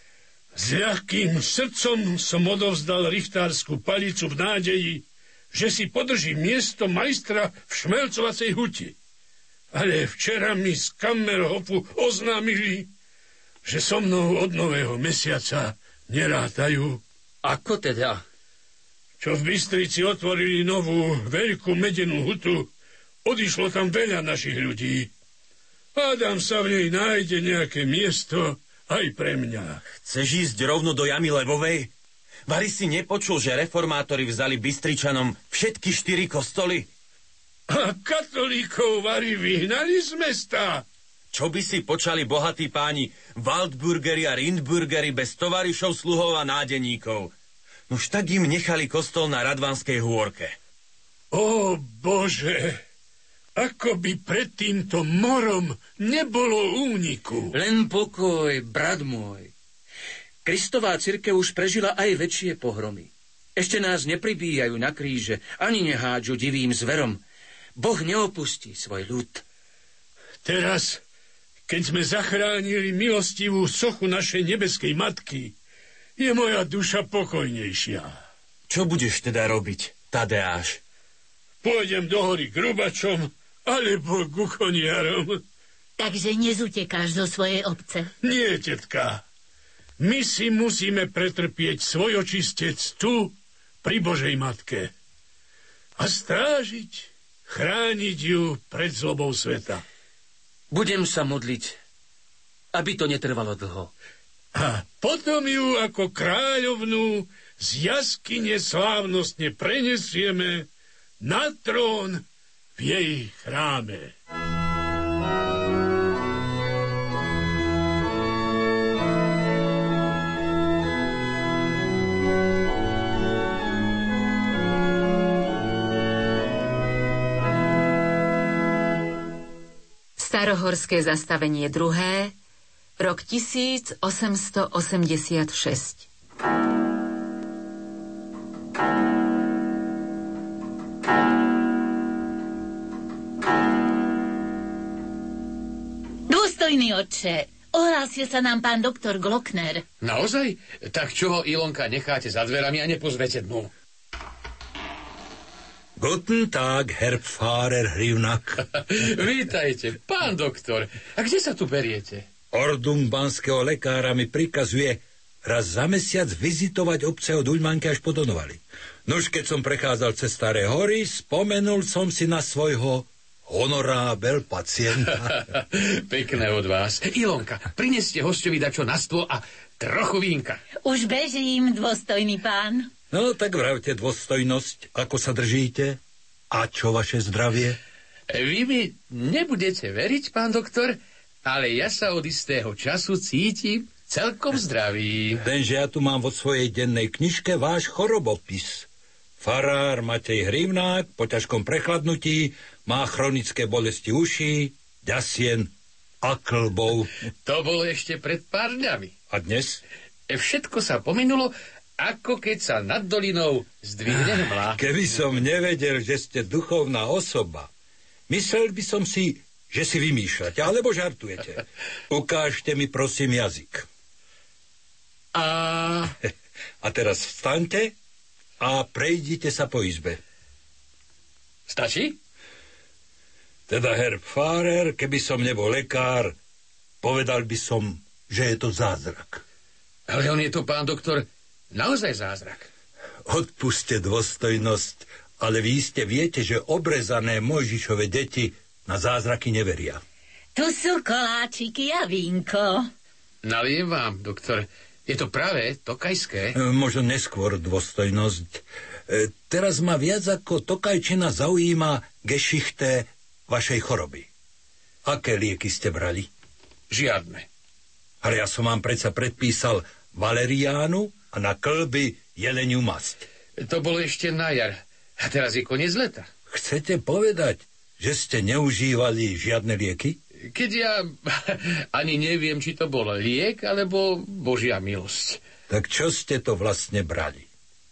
B: S ľahkým srdcom som odovzdal richtárskú palicu v nádeji, že si podrží miesto majstra v šmelcovacej huti. Ale včera mi z Kammerhofu oznámili, že so mnou od nového mesiaca nerátajú.
H: Ako teda?
B: Čo v Bystrici otvorili novú veľkú medenú hutu, odišlo tam veľa našich ľudí. Hádam sa v nej nájde nejaké miesto aj pre mňa.
K: Chceš ísť rovno do Jamy Levovej? Vari si nepočul, že reformátori vzali Bystričanom všetky štyri kostoly?
B: A katolíkov vari vyhnali z mesta.
K: Čo by si počali bohatí páni Waldburgeri a Rindburgeri bez tovarišov, sluhov a nádeníkov? Nož tak im nechali kostol na Radvanskej hôrke.
B: Ó Bože, ako by pred týmto morom nebolo úniku.
H: Len pokoj, brat môj. Kristová cirkev už prežila aj väčšie pohromy. Ešte nás nepribíjajú na kríže, ani nehádžu divým zverom. Boh neopustí svoj ľud.
B: Teraz, keď sme zachránili milostivú sochu našej nebeskej matky, je moja duša pokojnejšia.
K: Čo budeš teda robiť, Tadeáš?
B: Pôjdem do hory k rubačom, alebo ku koniarom.
J: Takže nezutekáš zo svojej obce?
B: Nie, tetka. My si musíme pretrpieť svojočistec tu, pri Božej matke. A strážiť, chrániť ju pred zlobou sveta.
H: Budem sa modliť, aby to netrvalo dlho.
B: A potom ju ako kráľovnú z jaskyne slávnostne prenesieme na trón v jej chráme.
G: Starohorské zastavenie druhé, rok tisíc osemsto osemdesiatšesť.
J: Pokojný otče, ohlásil sa nám pán doktor Glockner.
M: Naozaj? Tak čo ho, Ilonka, necháte za dverami a nepozvete dnu?
N: Guten Tag, Herr Pfarrer Hrivnak.
M: Vítajte, pán doktor. A kde sa tu beriete?
N: Ordum banského lekára mi prikazuje raz za mesiac vizitovať obce od Uľmanky až po Donovali. Nož keď som prechádzal cez Staré hory, spomenul som si na svojho honorábel pacienta.
M: Pekné od vás. Ilonka, prineste hostovi dačo na stôl a trochu vínka.
J: Už bežím, dôstojný pán.
N: No, tak vravte dôstojnosť, ako sa držíte a čo vaše zdravie?
M: Vy mi nebudete veriť, pán doktor, ale ja sa od istého času cítim celkom zdravý.
N: Lenže ja tu mám vo svojej dennej knižke váš chorobopis. Farár Matej Hrivnák po ťažkom prechladnutí má chronické bolesti uší, ďasien a klbov.
M: To bolo ešte pred pár dňami.
N: A dnes?
M: Všetko sa pominulo, ako keď sa nad dolinou zdvihne hmla.
N: Keby som nevedel, že ste duchovná osoba, myslel by som si, že si vymýšľate, alebo žartujete. Ukážte mi, prosím, jazyk.
M: A...
N: A teraz vstaňte a prejdite sa po izbe.
M: Stačí?
N: Teda, Herr Pfarrer, keby som nebol lekár, povedal by som, že je to zázrak.
M: Ale on je to, pán doktor, naozaj zázrak.
N: Odpuste dôstojnosť, ale vy iste viete, že obrezané Mojžišove deti na zázraky neveria.
J: Tu sú koláčiky a vínko.
M: Nalijem vám, doktor. Je to práve tokajské?
N: E, možno neskôr dôstojnosť. E, teraz ma viac ako tokajčina zaujíma gešichte vašej choroby. Aké lieky ste brali?
M: Žiadne.
N: Ale ja som vám predsa predpísal valeriánu a na klby jeleniu masť.
M: To bolo ešte na jar. A teraz je koniec leta.
N: Chcete povedať, že ste neužívali žiadne lieky?
M: Keď ja ani neviem, či to bol liek, alebo Božia milosť.
N: Tak čo ste to vlastne brali?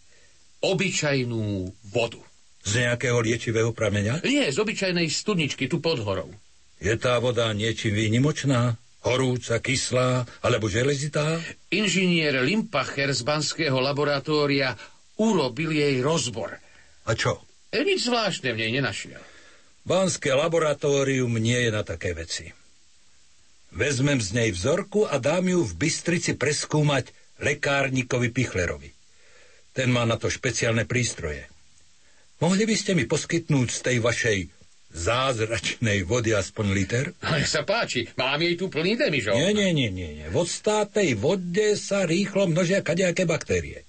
M: Obyčajnú vodu.
N: Z nejakého liečivého prameňa?
M: Nie, z obyčajnej studničky tu pod horou.
N: Je tá voda niečím výnimočná? Horúca, kyslá, alebo železitá?
M: Inžinier Limpacher z banského laboratória urobil jej rozbor.
N: A čo?
M: E, nič zvláštne v nej nenašiel.
N: Banské laboratórium nie je na také veci. Vezmem z nej vzorku a dám ju v Bystrici preskúmať lekárnikovi Pichlerovi. Ten má na to špeciálne prístroje. Mohli by ste mi poskytnúť z tej vašej zázračnej vody aspoň liter?
M: Nech sa páči, mám jej tu plný demižov.
N: Nie, nie, nie, nie, nie. V odstátej vode sa rýchlo množia kadejaké baktérie.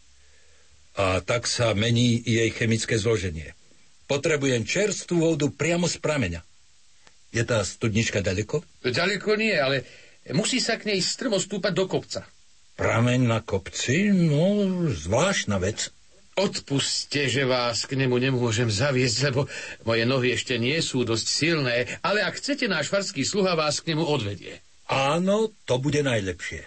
N: A tak sa mení jej chemické zloženie. Potrebujem čerstvú vodu priamo z prameňa. Je tá studnička ďaleko?
M: Ďaleko nie, ale musí sa k nej strmo stúpať do kopca.
N: Prameň na kopci? No, zvláštna vec.
M: Odpuste, že vás k nemu nemôžem zaviesť, lebo moje nohy ešte nie sú dosť silné, ale ak chcete, náš farský sluha vás k nemu odvedie.
N: Áno, to bude najlepšie.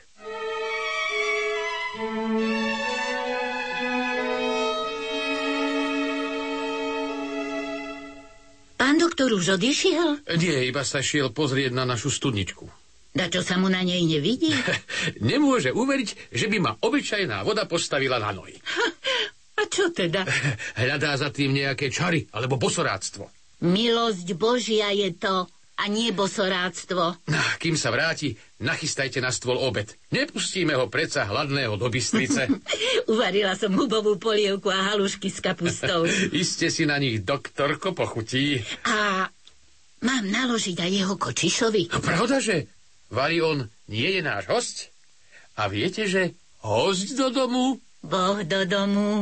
J: Pán doktor už odišiel?
M: Nie, iba sa šiel pozrieť na našu studničku.
J: Da čo sa mu na nej nevidí?
M: Nemôže uveriť, že by ma obyčajná voda postavila na nohy.
J: Ha, a čo teda?
M: Hľadá za tým nejaké čary alebo bosoráctvo.
J: Milosť Božia je to a nie bosoráctvo.
M: No, kým sa vráti, nachystajte na stôl obed. Nepustíme ho predsa hladného do Bystrice.
J: Uvarila som hubovú polievku a halušky s kapustou.
M: Iste si na nich doktorko pochutí.
J: A mám naložiť aj jeho kočišovi?
M: No, pravdaže? Vari on nie je náš hosť? A viete, že hosť do domu?
J: Boh do domu.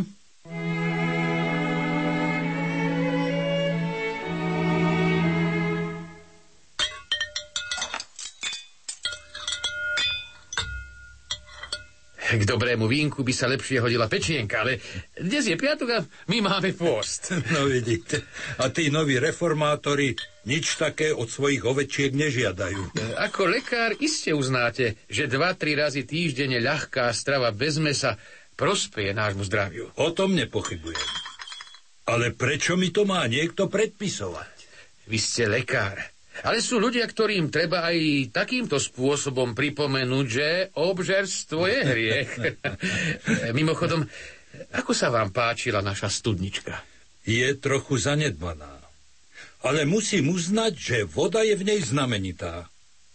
M: K dobrému vínku by sa lepšie hodila pečienka, ale dnes je piatok a my máme pôst.
N: No vidíte, a tí noví reformátori nič také od svojich ovečiek nežiadajú.
M: Ako lekár iste uznáte, že dva tri razy týždenne ľahká strava bez mesa prospeje nášmu zdraviu.
N: O tom nepochybujem. Ale prečo mi to má niekto predpisovať?
M: Vy ste lekár Ale sú ľudia, ktorým treba aj takýmto spôsobom pripomenúť, že obžerstvo je hriech. Mimochodom, ako sa vám páčila naša studnička?
N: Je trochu zanedbaná. Ale musím uznať, že voda je v nej znamenitá.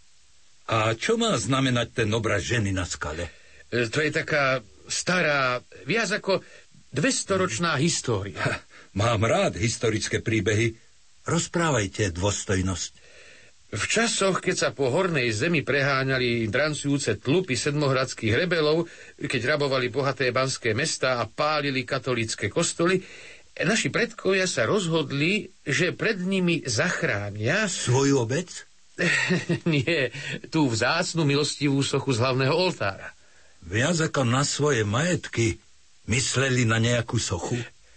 N: A čo má znamenať ten obraz ženy na skale?
M: To je taká stará, viac ako dvestoročná história.
N: Ha, mám rád historické príbehy. Rozprávajte, dôstojnosť.
M: V časoch, keď sa po hornej zemi preháňali drancujúce tlupy sedmohradských rebelov, keď rabovali bohaté banské mestá a pálili katolícke kostoly, naši predkovia sa rozhodli, že pred nimi zachránia...
N: Svoju obec?
M: Nie, tú vzácnu milostivú sochu z hlavného oltára.
N: Viac ako na svoje majetky mysleli na nejakú sochu?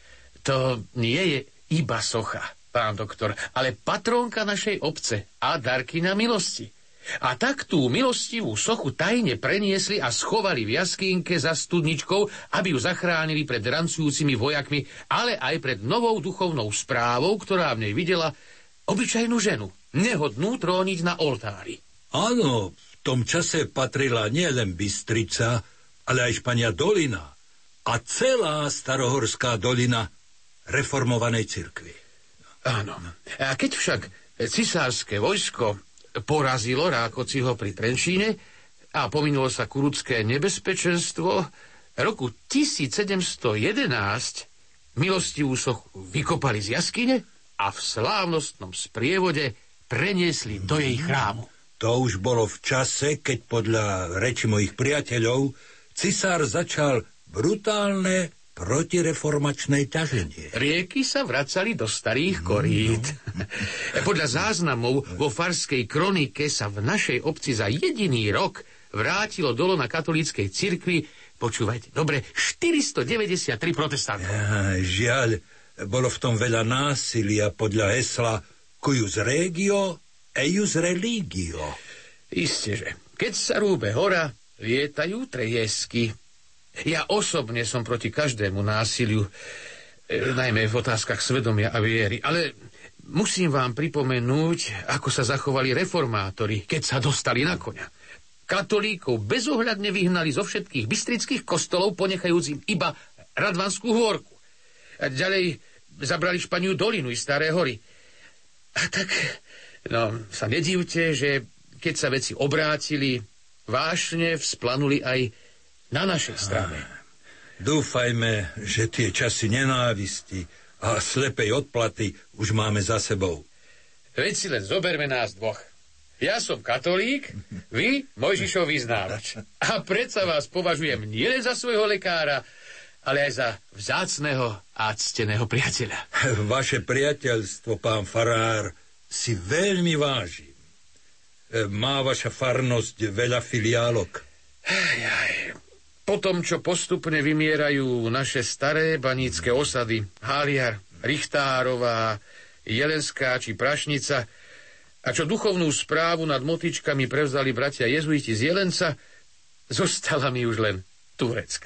M: To nie je iba socha, pán doktor, ale patrónka našej obce a darkyňa milosti. A tak tú milostivú sochu tajne preniesli a schovali v jaskynke za studničkou, aby ju zachránili pred drancujúcimi vojakmi, ale aj pred novou duchovnou správou, ktorá v nej videla obyčajnú ženu, nehodnú tróniť na oltári.
N: Áno, v tom čase patrila nielen Bystrica, ale aj Špania Dolina a celá Starohorská dolina reformovanej cirkvi.
M: Áno. A keď však cisárske vojsko porazilo Rákociho pri Trenčíne a pominulo sa kurudské nebezpečenstvo, roku tisícsedemsto jedenásť milostivú sochu vykopali z jaskyne a v slávnostnom sprievode preniesli do jej chrámu.
N: To už bolo v čase, keď podľa reči mojich priateľov cisár začal brutálne protireformačné ťaženie.
M: Rieky sa vracali do starých korít. No. Podľa záznamov vo farskej kronike sa v našej obci za jediný rok vrátilo dolo na katolíckej cirkvi, počúvajte, dobre, štyristodeväťdesiattri protestantov.
N: Ja, žiaľ, bolo v tom veľa násilia podľa hesla cuius regio, eius religio.
M: Isteže, keď sa rúbe hora, lietajú trejesky. Ja osobne som proti každému násiliu, e, najmä v otázkach svedomia a viery, ale musím vám pripomenúť, ako sa zachovali reformátori, keď sa dostali na koňa. Katolíkov bezohľadne vyhnali zo všetkých bystrických kostolov, ponechajúc im iba Radvanskú hôrku. A ďalej zabrali Španiu dolinu i Staré hory. A tak, no, sa nedivte, že keď sa veci obrátili, vášne vzplanuli aj na našej strane.
N: Dúfajme, že tie časy nenávisti a slepej odplaty už máme za sebou.
M: Veď si len zoberme nás dvoch. Ja som katolík, vy Mojžišov vyznávač. A predsa vás považujem nielen za svojho lekára, ale aj za vzácneho a cteného priateľa.
N: Vaše priateľstvo, pán farár, si veľmi vážim. Má vaša farnosť veľa filiálok?
M: Aj, aj. Po tom, čo postupne vymierajú naše staré banícke osady, Háliar, Richtárová, Jelenská či Prašnica, a čo duchovnú správu nad Motičkami prevzali bratia jezuiti z Jelenca, zostala mi už len Turecká.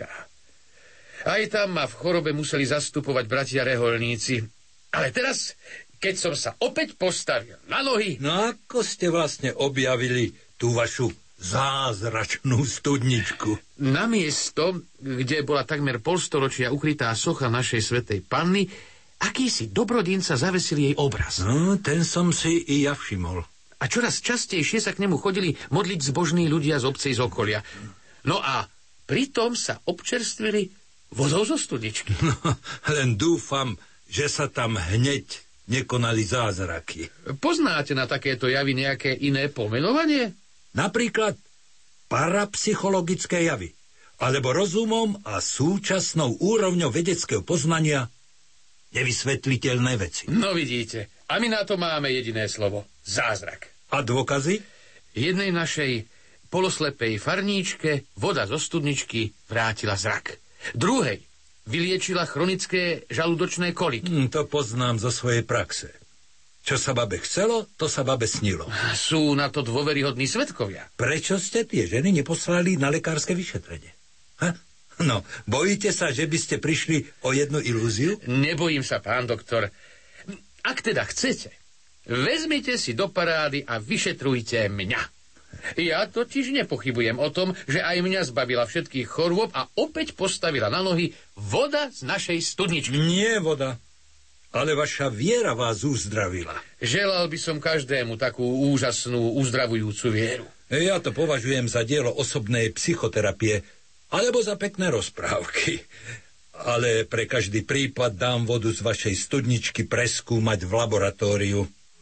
M: Aj tam ma v chorobe museli zastupovať bratia reholníci. Ale teraz, keď som sa opäť postavil na nohy...
N: No ako ste vlastne objavili tú vašu zázračnú studničku?
M: Na miesto, kde bola takmer polstoročia ukrytá socha našej svätej Panny, akýsi dobrodinca zavesil jej obraz.
N: No, ten som si i ja všimol.
M: A čoraz častejšie sa k nemu chodili modliť zbožní ľudia z obcej z okolia. No a pritom sa občerstvili vodou zo studničky.
N: No, len dúfam, že sa tam hneď nekonali zázraky.
M: Poznáte na takéto javy nejaké iné pomenovanie?
N: Napríklad parapsychologické javy, alebo rozumom a súčasnou úrovňou vedeckého poznania nevysvetliteľné veci.
M: No vidíte, a my na to máme jediné slovo. Zázrak.
N: A dôkazy?
M: Jednej našej poloslepej farníčke voda zo studničky vrátila zrak. Druhej vyliečila chronické žalúdočné koliky.
N: Hm, to poznám zo svojej praxe. Čo sa babe chcelo, to sa babe snilo.
M: Sú na to dôveryhodní svedkovia.
N: Prečo ste tie ženy neposlali na lekárske vyšetrenie? Ha? No, bojíte sa, že by ste prišli o jednu ilúziu?
M: Nebojím sa, pán doktor. Ak teda chcete, Vezmite si do parády a vyšetrujte mňa. Ja totiž nepochybujem o tom, že aj mňa zbavila všetkých chorôb a opäť postavila na nohy voda z našej studničky.
N: Nie voda, ale vaša viera vás uzdravila.
M: Želal by som každému takú úžasnú, uzdravujúcu vieru.
N: Ja to považujem za dielo osobnej psychoterapie alebo za pekné rozprávky. Ale pre každý prípad dám vodu z vašej studničky preskúmať v laboratóriu.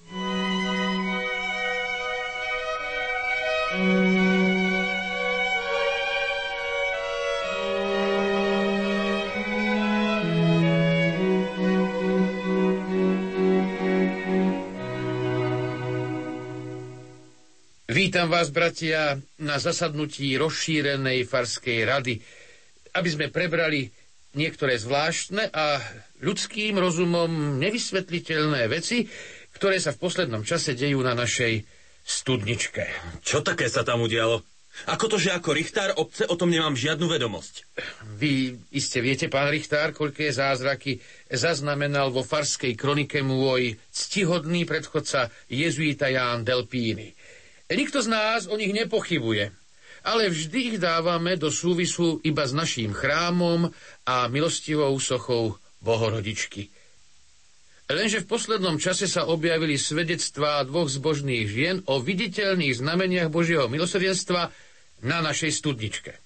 M: Vítam vás, bratia, na zasadnutí rozšírenej farskej rady, aby sme prebrali niektoré zvláštne a ľudským rozumom nevysvetliteľné veci, ktoré sa v poslednom čase dejú na našej studničke.
K: Čo také sa tam udialo? Ako to, že ako richtár obce o tom nemám žiadnu vedomosť?
M: Vy iste viete, pán richtár, koľké zázraky zaznamenal vo farskej kronike môj ctihodný predchodca jezuita Ján Delpíny. Nikto z nás o nich nepochybuje, ale vždy ich dávame do súvisu iba s naším chrámom a milostivou sochou Bohorodičky. Lenže v poslednom čase sa objavili svedectvá dvoch zbožných žien o viditeľných znameniach Božieho milosrdenstva na našej studničke.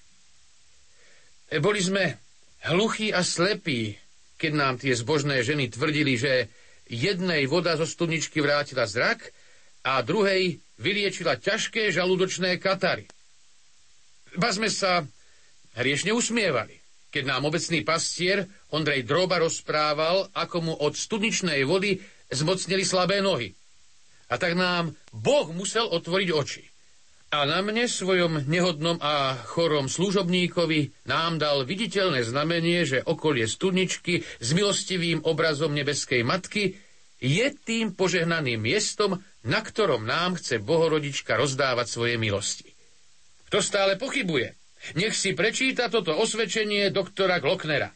M: Boli sme hluchí a slepí, keď nám tie zbožné ženy tvrdili, že jednej voda zo studničky vrátila zrak a druhej vyliečila ťažké žalúdočné katary. Ba sme sa hriešne usmievali, keď nám obecný pastier Ondrej Droba rozprával, ako mu od studničnej vody zmocnili slabé nohy. A tak nám Boh musel otvoriť oči. A na mne, svojom nehodnom a chorom služobníkovi, nám dal viditeľné znamenie, že okolie studničky s milostivým obrazom nebeskej matky je tým požehnaným miestom, na ktorom nám chce Bohorodička rozdávať svoje milosti. Kto stále pochybuje, nech si prečíta toto osvedčenie doktora Glocknera.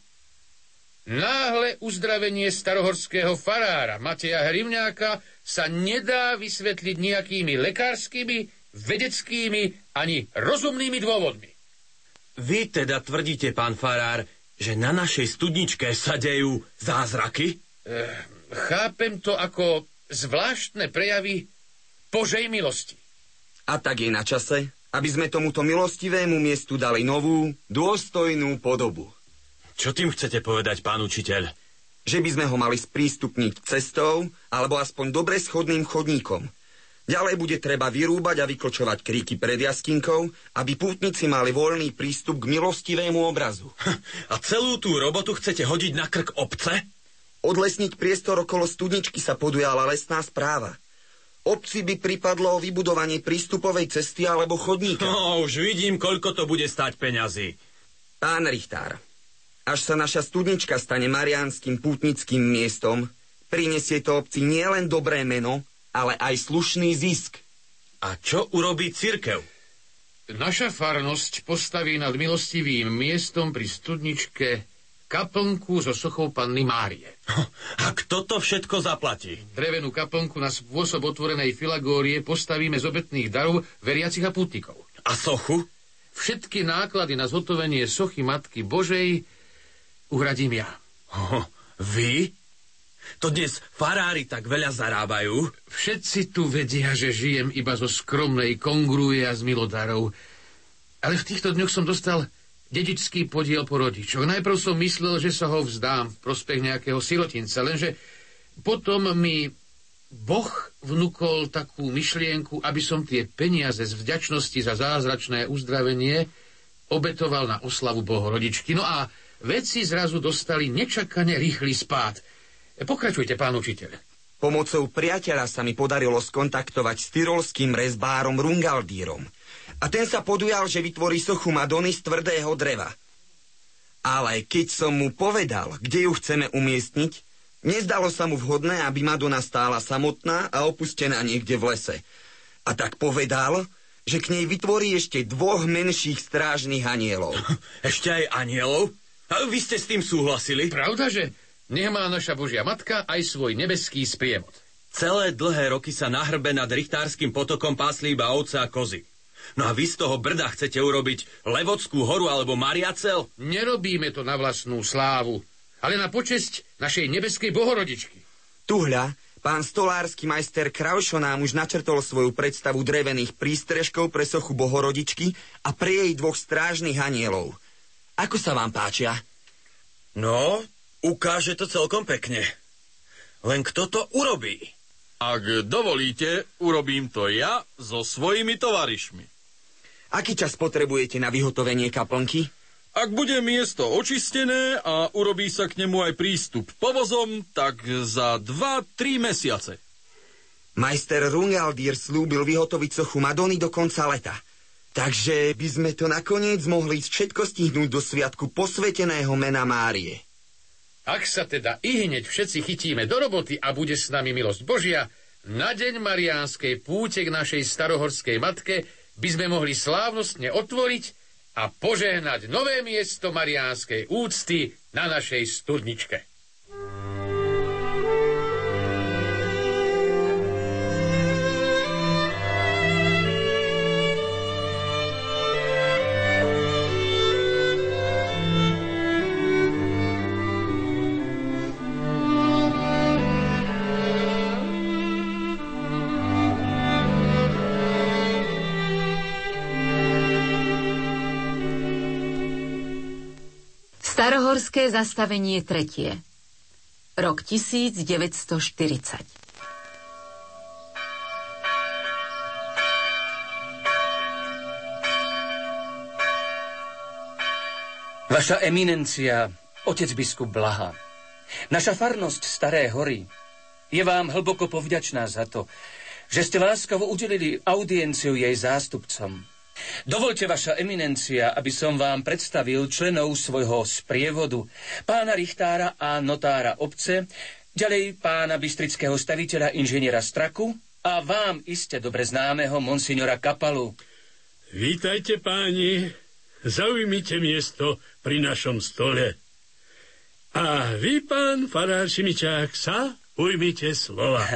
M: Náhle uzdravenie starohorského farára Mateja Hrivňáka sa nedá vysvetliť nejakými lekárskymi, vedeckými ani rozumnými dôvodmi.
K: Vy teda tvrdíte, pán farár, že na našej studničke sa dejú zázraky?
M: E, chápem to ako zvláštne prejavy Božej milosti.
O: A tak je na čase, aby sme tomuto milostivému miestu dali novú, dôstojnú podobu.
K: Čo tým chcete povedať, pán učiteľ?
O: Že by sme ho mali sprístupniť cestou, alebo aspoň dobre schodným chodníkom. Ďalej bude treba vyrúbať a vyklčovať kríky pred jaskinkou, aby pútnici mali voľný prístup k milostivému obrazu.
K: A celú tú robotu chcete hodiť na krk obce?
O: Odlesniť priestor okolo studničky sa podujala lesná správa. Obci by pripadlo vybudovanie prístupovej cesty alebo chodníka.
K: No, už vidím, koľko to bude stáť peňazí.
O: Pán richtár, až sa naša studnička stane mariánskym pútnickým miestom, prinesie to obci nielen dobré meno, ale aj slušný zisk.
K: A čo urobí cirkev?
M: Naša farnosť postaví nad milostivým miestom pri studničke kaplnku so sochou Panny Márie.
K: A kto to všetko zaplatí?
M: Drevenú kaplnku na spôsob otvorenej filagórie postavíme z obetných darov veriacich a pútnikov.
K: A sochu?
M: Všetky náklady na zhotovenie sochy Matky Božej uhradím ja.
K: Ho, vy? To dnes farári tak veľa zarábajú?
M: Všetci tu vedia, že žijem iba zo skromnej kongruje a z milodarov. Ale v týchto dňoch som dostal dedičský podiel po rodičoch. Najprv som myslel, že sa ho vzdám v prospech nejakého sirotinca, lenže potom mi Boh vnúkol takú myšlienku, aby som tie peniaze z vďačnosti za zázračné uzdravenie obetoval na oslavu Bohorodičky. No a veci zrazu dostali nečakane rýchly spád. Pokračujte, pán učiteľ.
O: Pomocou priateľa sa mi podarilo skontaktovať s tyrolským rezbárom Rungaldírom. A ten sa podujal, že vytvorí sochu Madony z tvrdého dreva. Ale keď som mu povedal, kde ju chceme umiestniť, nezdalo sa mu vhodné, aby Madonna stála samotná a opustená niekde v lese. A tak povedal, že k nej vytvorí ešte dvoch menších strážnych anielov.
K: Ešte aj anielov? A vy ste s tým súhlasili?
M: Pravda, že nech má naša Božia Matka aj svoj nebeský sprievod.
K: Celé dlhé roky sa na hrbe nad Richtárskym potokom pásli iba ovce a kozy. No a vy z toho Brda chcete urobiť Levodskú horu alebo Mariacel?
M: Nerobíme to na vlastnú slávu, ale na počesť našej nebeskej Bohorodičky.
O: Tuhľa, pán stolársky majster Kraušo nám už načrtol svoju predstavu drevených prístrežkov pre sochu Bohorodičky a pre jej dvoch strážnych anielov. Ako sa vám páčia?
L: No, ukáže to celkom pekne. Len kto to urobí?
P: Ak dovolíte, urobím to ja so svojimi tovarišmi.
O: Aký čas potrebujete na vyhotovenie kaplnky?
P: Ak bude miesto očistené a urobí sa k nemu aj prístup povozom, tak za dva tri mesiace.
O: Majster Rungaldier slúbil vyhotoviť sochu Madony do konca leta. Takže by sme to nakoniec mohli všetko stihnúť do sviatku posveteného mena Márie.
M: Ak sa teda i hneď všetci chytíme do roboty a bude s nami milosť Božia, na deň mariánskej púte k našej starohorskej matke by sme mohli slávnostne otvoriť a požehnať nové miesto mariánskej úcty na našej studničke.
G: Starohorské zastavenie tretie. Rok tisícdeväťstoštyridsať.
H: Vaša eminencia, otec biskup Blaha, naša farnosť Staré hory je vám hlboko povďačná za to, že ste láskavo udelili audienciu jej zástupcom. Dovoľte, vaša eminencia, aby som vám predstavil členov svojho sprievodu, pána Richtára a notára obce, ďalej pána bystrického staviteľa inžiniera Straku a vám iste dobre známeho monsignora Kapalu.
B: Vítajte, páni, zaujmite miesto pri našom stole. A vy, pán farár Šimičák, sa ujmite slova.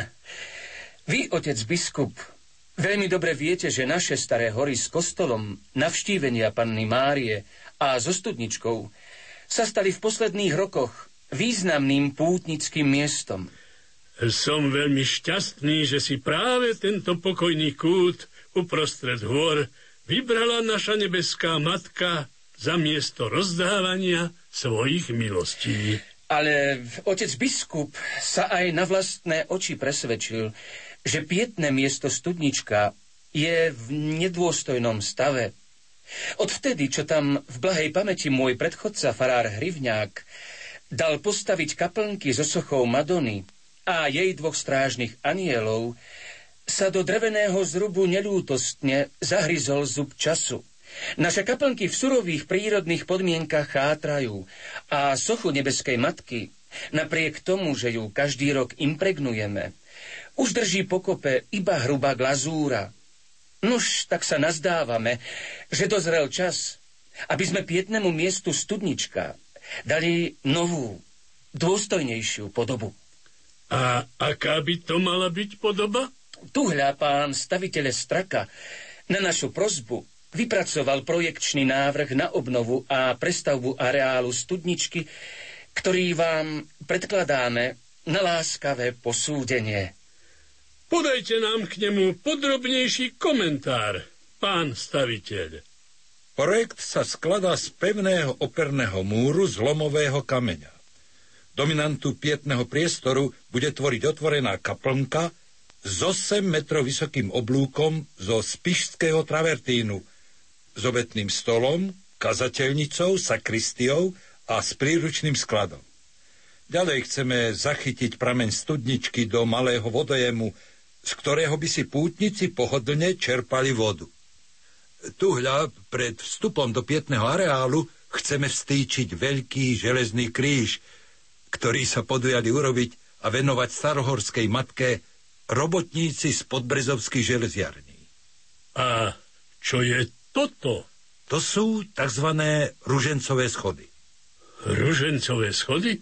H: Vy, otec biskup, veľmi dobre viete, že naše Staré hory s kostolom navštívenia Panny Márie a so studničkou sa stali v posledných rokoch významným pútnickým miestom.
B: Som veľmi šťastný, že si práve tento pokojný kút uprostred hôr vybrala naša nebeská matka za miesto rozdávania svojich milostí.
H: Ale otec biskup sa aj na vlastné oči presvedčil, že pietné miesto studnička je v nedôstojnom stave. Odvtedy, čo tam v blahej pamäti môj predchodca farár Hrivňák dal postaviť kaplnky so sochou Madony a jej dvoch strážnych anielov, sa do dreveného zrubu neľútostne zahryzol zub času. Naše kaplnky v surových prírodných podmienkach chátrajú a sochu nebeskej matky, napriek tomu, že ju každý rok impregnujeme, už drží pokope iba hrubá glazúra. Nuž, tak sa nazdávame, že dozrel čas, aby sme pietnému miestu studnička dali novú, dôstojnejšiu podobu.
B: A aká by to mala byť podoba?
H: Tuhľa pán staviteľ Straka na našu prosbu vypracoval projekčný návrh na obnovu a prestavbu areálu studničky, ktorý vám predkladáme na láskavé posúdenie.
B: Podajte nám k nemu podrobnejší komentár, pán staviteľ.
N: Projekt sa skladá z pevného operného múru z lomového kameňa. Dominantu pietného priestoru bude tvoriť otvorená kaplnka s osem metrov vysokým oblúkom zo spišského travertínu, s obetným stolom, kazateľnicou, sakristiou a s príručným skladom. Ďalej chceme zachytiť prameň studničky do malého vodojemu, z ktorého by si pútnici pohodlne čerpali vodu. Tuhľa pred vstupom do pietného areálu chceme vstýčiť veľký železný kríž, ktorý sa podujali urobiť a venovať starohorskej matke robotníci z podbrezovských železiarní.
B: A čo je toto?
N: To sú takzvané ružencové schody.
B: Ružencové schody?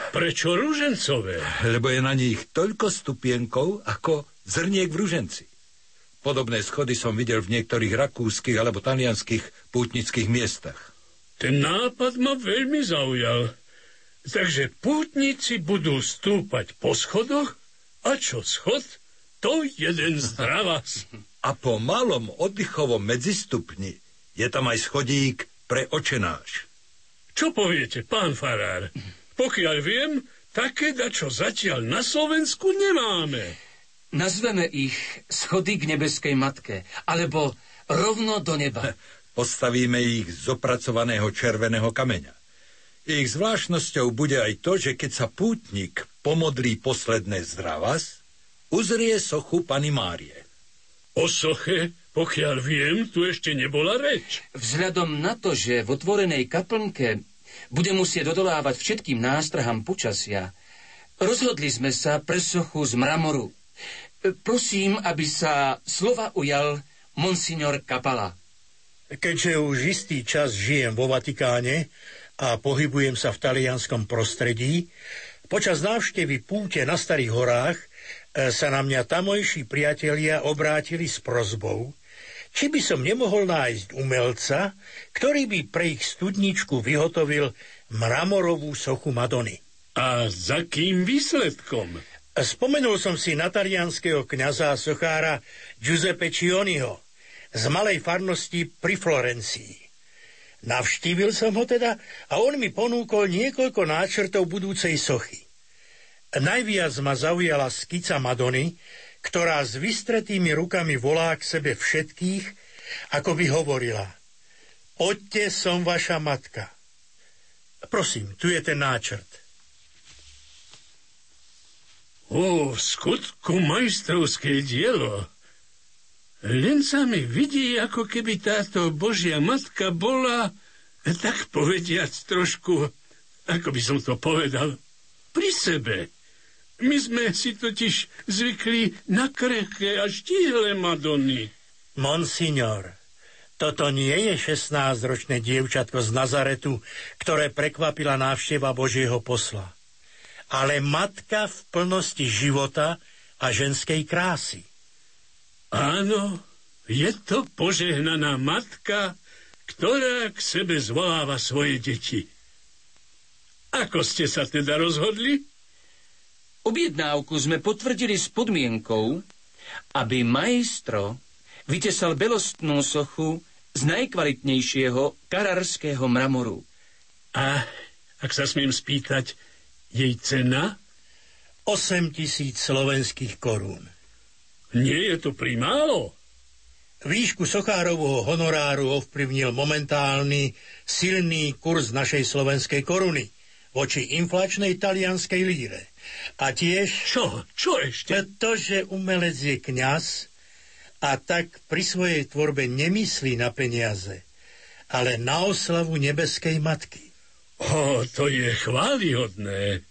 I: Prečo ružencové?
N: Lebo je na nich toľko stupienkov, ako zrniek v ruženci. Podobné schody som videl v niektorých rakúskych alebo talianských pútnických miestach.
I: Ten nápad ma veľmi zaujal. Takže pútnici budú stúpať po schodoch a čo schod, to jeden zdravás.
N: A po malom oddychovom medzistupni je tam aj schodík pre očenáš.
I: Čo poviete, pán farár? Pokiaľ viem, také dačo zatiaľ na Slovensku nemáme.
H: Nazveme ich schody k nebeskej matke, alebo rovno do neba.
N: Postavíme ich z opracovaného červeného kameňa. Ich zvláštnosťou bude aj to, že keď sa pútnik pomodlí posledné zdravas, uzrie sochu Panny Márie.
I: O soche, pokiaľ viem, tu ešte nebola reč.
H: Vzhľadom na to, že v otvorenej kaplnke bude musieť odolávať všetkým nástrahám počasia, rozhodli sme sa pre sochu z mramoru. Prosím, aby sa slova ujal monsignor Kapala.
I: Keďže už istý čas žijem vo Vatikáne a pohybujem sa v talianskom prostredí, počas návštevy púte na Starých horách sa na mňa tamojší priatelia obrátili s prosbou, či by som nemohol nájsť umelca, ktorý by pre ich studničku vyhotovil mramorovú sochu Madony.
B: A za kým výsledkom?
I: Spomenul som si na talianskeho kňaza a sochára Giuseppe Cioniho z malej farnosti pri Florencii. Navštívil som ho teda a on mi ponúkol niekoľko náčrtov budúcej sochy. Najviac ma zaujala skica Madony, ktorá s vystretými rukami volá k sebe všetkých, ako by hovorila: Poďte, som vaša matka. Prosím, tu je ten náčrt.
B: Ó, v skutku majstrovské dielo. Len sa mi vidí, ako keby táto Božia matka bola, tak povediac trošku, ako by som to povedal, pri sebe. My sme si totiž zvykli na krehké a štíhle Madony.
I: Monsignor, toto nie je šestnásťročné dievčatko z Nazaretu, ktoré prekvapila návšteva Božieho posla, ale matka v plnosti života a ženskej krásy.
B: Áno, je to požehnaná matka, ktorá k sebe zvoláva svoje deti. Ako ste sa teda rozhodli?
H: Objednávku sme potvrdili s podmienkou, aby majstro vytesal belostnú sochu z najkvalitnejšieho kararského mramoru.
B: A, ak sa smiem spýtať, jej cena?
I: osem tisíc slovenských korún.
B: Nie je to primálo?
I: Výšku sochárovho honoráru ovplyvnil momentálny silný kurz našej slovenskej koruny voči inflačnej talianskej líre. A tiež...
B: Čo? Čo ešte?
I: To, že umelec je kňaz a tak pri svojej tvorbe nemyslí na peniaze, ale na oslavu nebeskej matky.
B: Ó, to je chválihodné.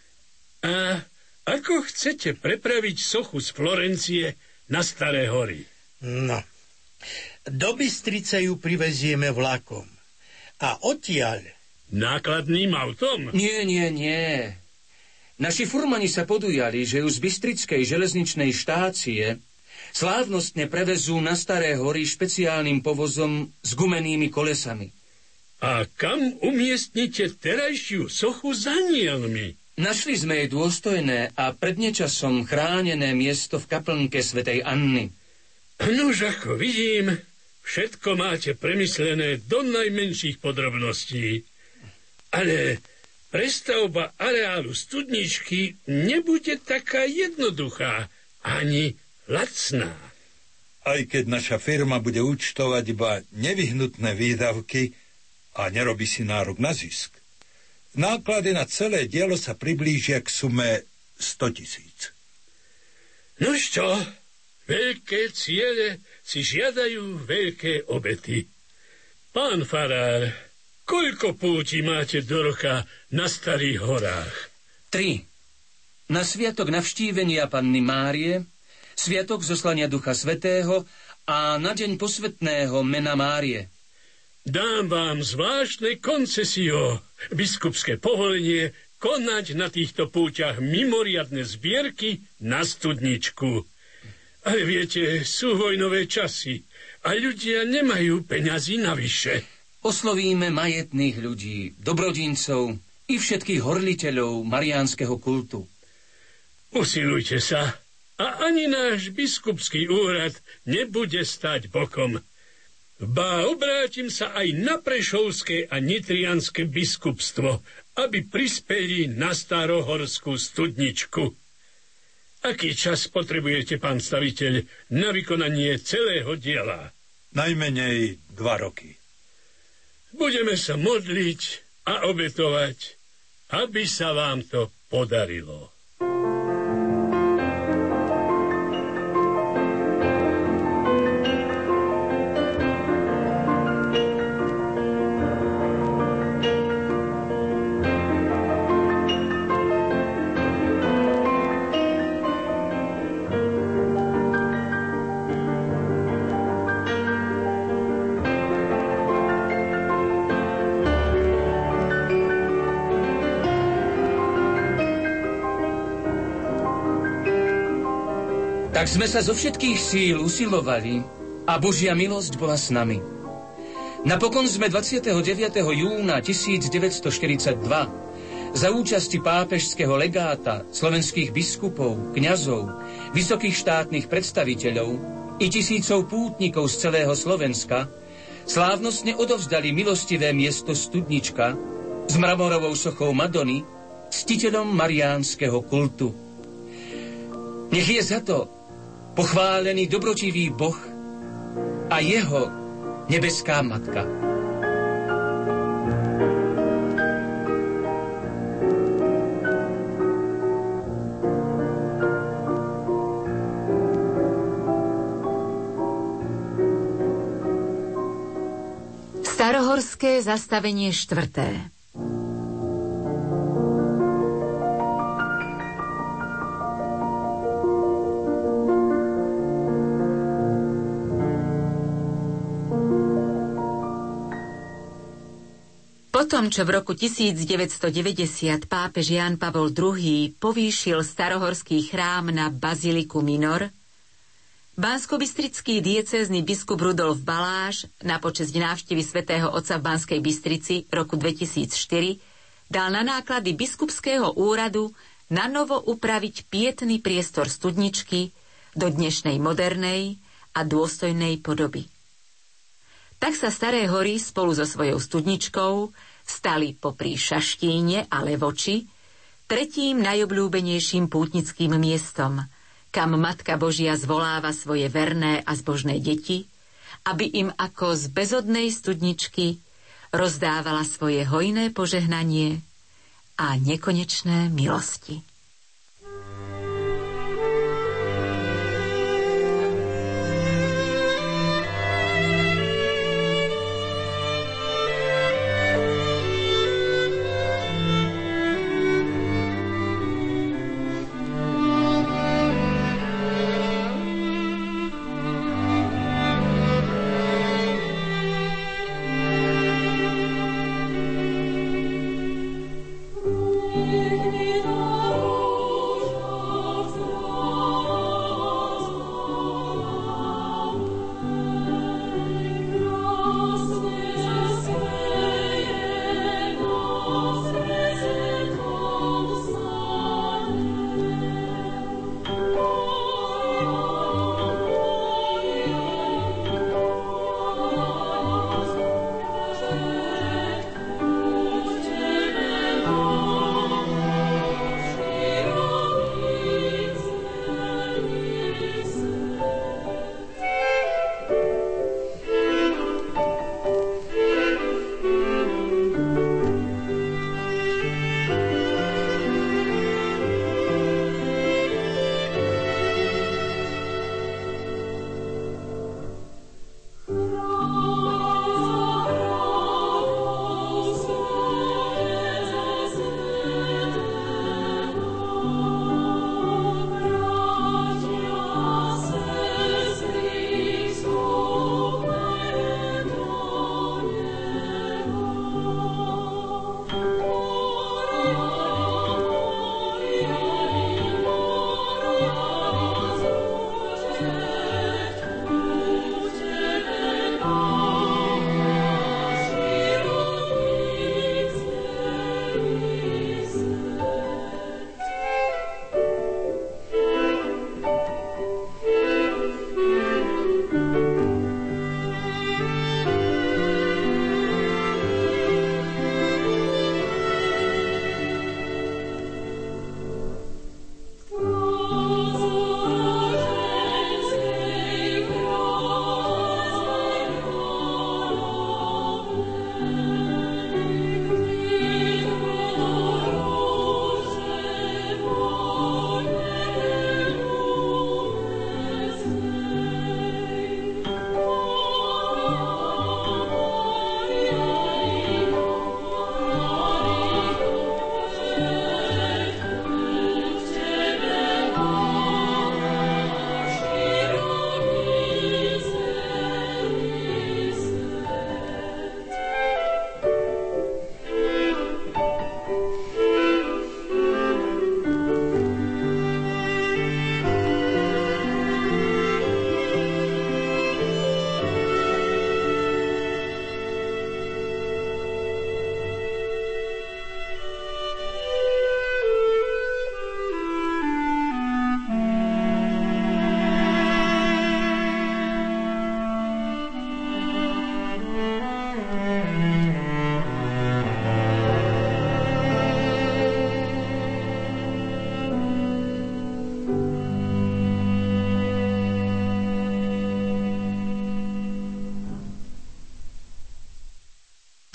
B: A ako chcete prepraviť sochu z Florencie na Staré hory?
I: No, do Bystrice ju privezieme vlakom. A odtiaľ...
B: Nákladným autom?
H: Nie, nie, nie. Naši furmani sa podujali, že ju z Bystrickej železničnej štácie slávnostne prevezú na Staré hory špeciálnym povozom s gumenými kolesami.
B: A kam umiestnite terajšiu sochu s anielmi?
H: Našli sme jej dôstojné a prednečasom chránené miesto v kaplnke svätej Anny.
B: Nož ako vidím, všetko máte premyslené do najmenších podrobností. Ale prestavba areálu studničky nebude taká jednoduchá, ani lacná.
N: Aj keď naša firma bude účtovať iba nevyhnutné výdavky a nerobí si nárok na zisk, náklady na celé dielo sa priblížia k sume sto tisíc.
B: No čo, veľké ciele si žiadajú veľké obety. Pán farár, koľko púti máte do roka na Starých horách?
H: Tri. Na sviatok navštívenia Panny Márie, sviatok zoslania Ducha Svätého a na deň posvätného mena Márie.
B: Dám vám zvláštne koncesio, biskupské povolenie,
I: konať na týchto púťach mimoriadne zbierky na studničku. Ale viete, sú vojnové časy a ľudia nemajú peňazí navyše.
H: Oslovíme majetných ľudí, dobrodincov i všetkých horliteľov mariánskeho kultu.
I: Usilujte sa a ani náš biskupský úrad nebude stať bokom. Ba obrátim sa aj na prešovské a nitrianske biskupstvo, aby prispeli na starohorskú studničku. Aký čas potrebujete, pán staviteľ, na vykonanie celého diela?
N: Najmenej dva roky.
I: Budeme sa modliť a obetovať, aby sa vám to podarilo.
H: Tak sme sa zo všetkých síl usilovali a Božia milosť bola s nami. Napokon sme dvadsiateho deviateho júna tisícdeväťstoštyridsaťdva za účasti pápežského legáta, slovenských biskupov, kňazov, vysokých štátnych predstaviteľov i tisícov pútnikov z celého Slovenska slávnostne odovzdali milostivé miesto Studnička s mramorovou sochou Madony, ctiteľom mariánskeho kultu. Nech je za to pochválený dobrotivý Boh a jeho nebeská Matka.
G: Starohorské zastavenie štvrté. Potom, čo v roku tisícdeväťstodeväťdesiat pápež Ján Pavol druhý. povýšil starohorský chrám na baziliku Minor, banskobystrický diecézny biskup Rudolf Baláš na počesť návštevy svätého Otca v Banskej Bystrici roku dvetisícštyri dal na náklady biskupského úradu na novo upraviť pietný priestor Studničky do dnešnej modernej a dôstojnej podoby. Tak sa Staré hory spolu so svojou studničkou stali popri Šaštíne a Levoči tretím najobľúbenejším pútnickým miestom, kam Matka Božia zvoláva svoje verné a zbožné deti, aby im ako z bezodnej studničky rozdávala svoje hojné požehnanie a nekonečné milosti.
C: Oh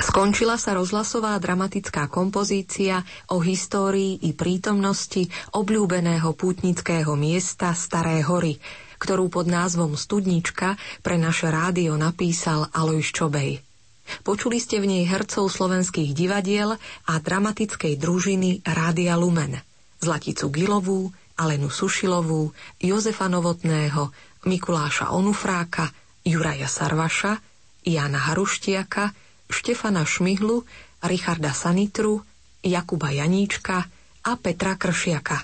F: Skončila sa rozhlasová dramatická kompozícia o histórii i prítomnosti obľúbeného pútnického miesta Staré hory, ktorú pod názvom Studnička pre naše rádio napísal Alojz Čobej. Počuli ste v nej hercov slovenských divadiel a dramatickej družiny Rádia Lumen. Zlaticu Gilovú, Alenu Sušilovú, Jozefa Novotného, Mikuláša Onufráka, Juraja Sarvaša, Jana Haruštiaka, Štefana Šmihlu, Richarda Sanitru, Jakuba Janíčka a Petra Kršiaka.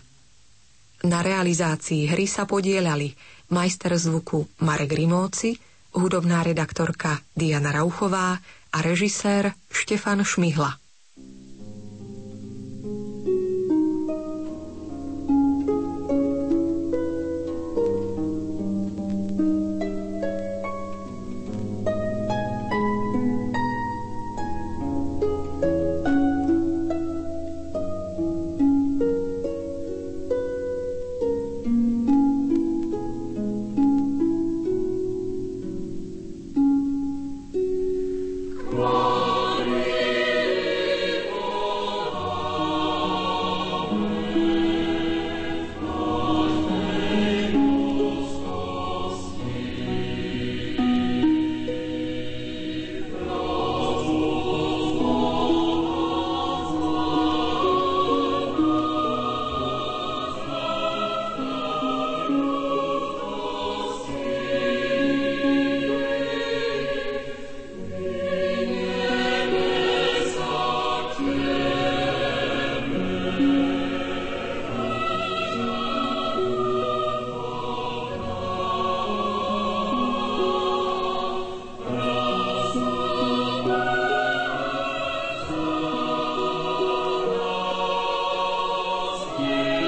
F: Na realizácii hry sa podieľali majster zvuku Marek Rimóci, hudobná redaktorka Diana Rauchová a režisér Štefan Šmihla.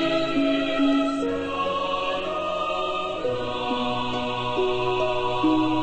C: Thank you.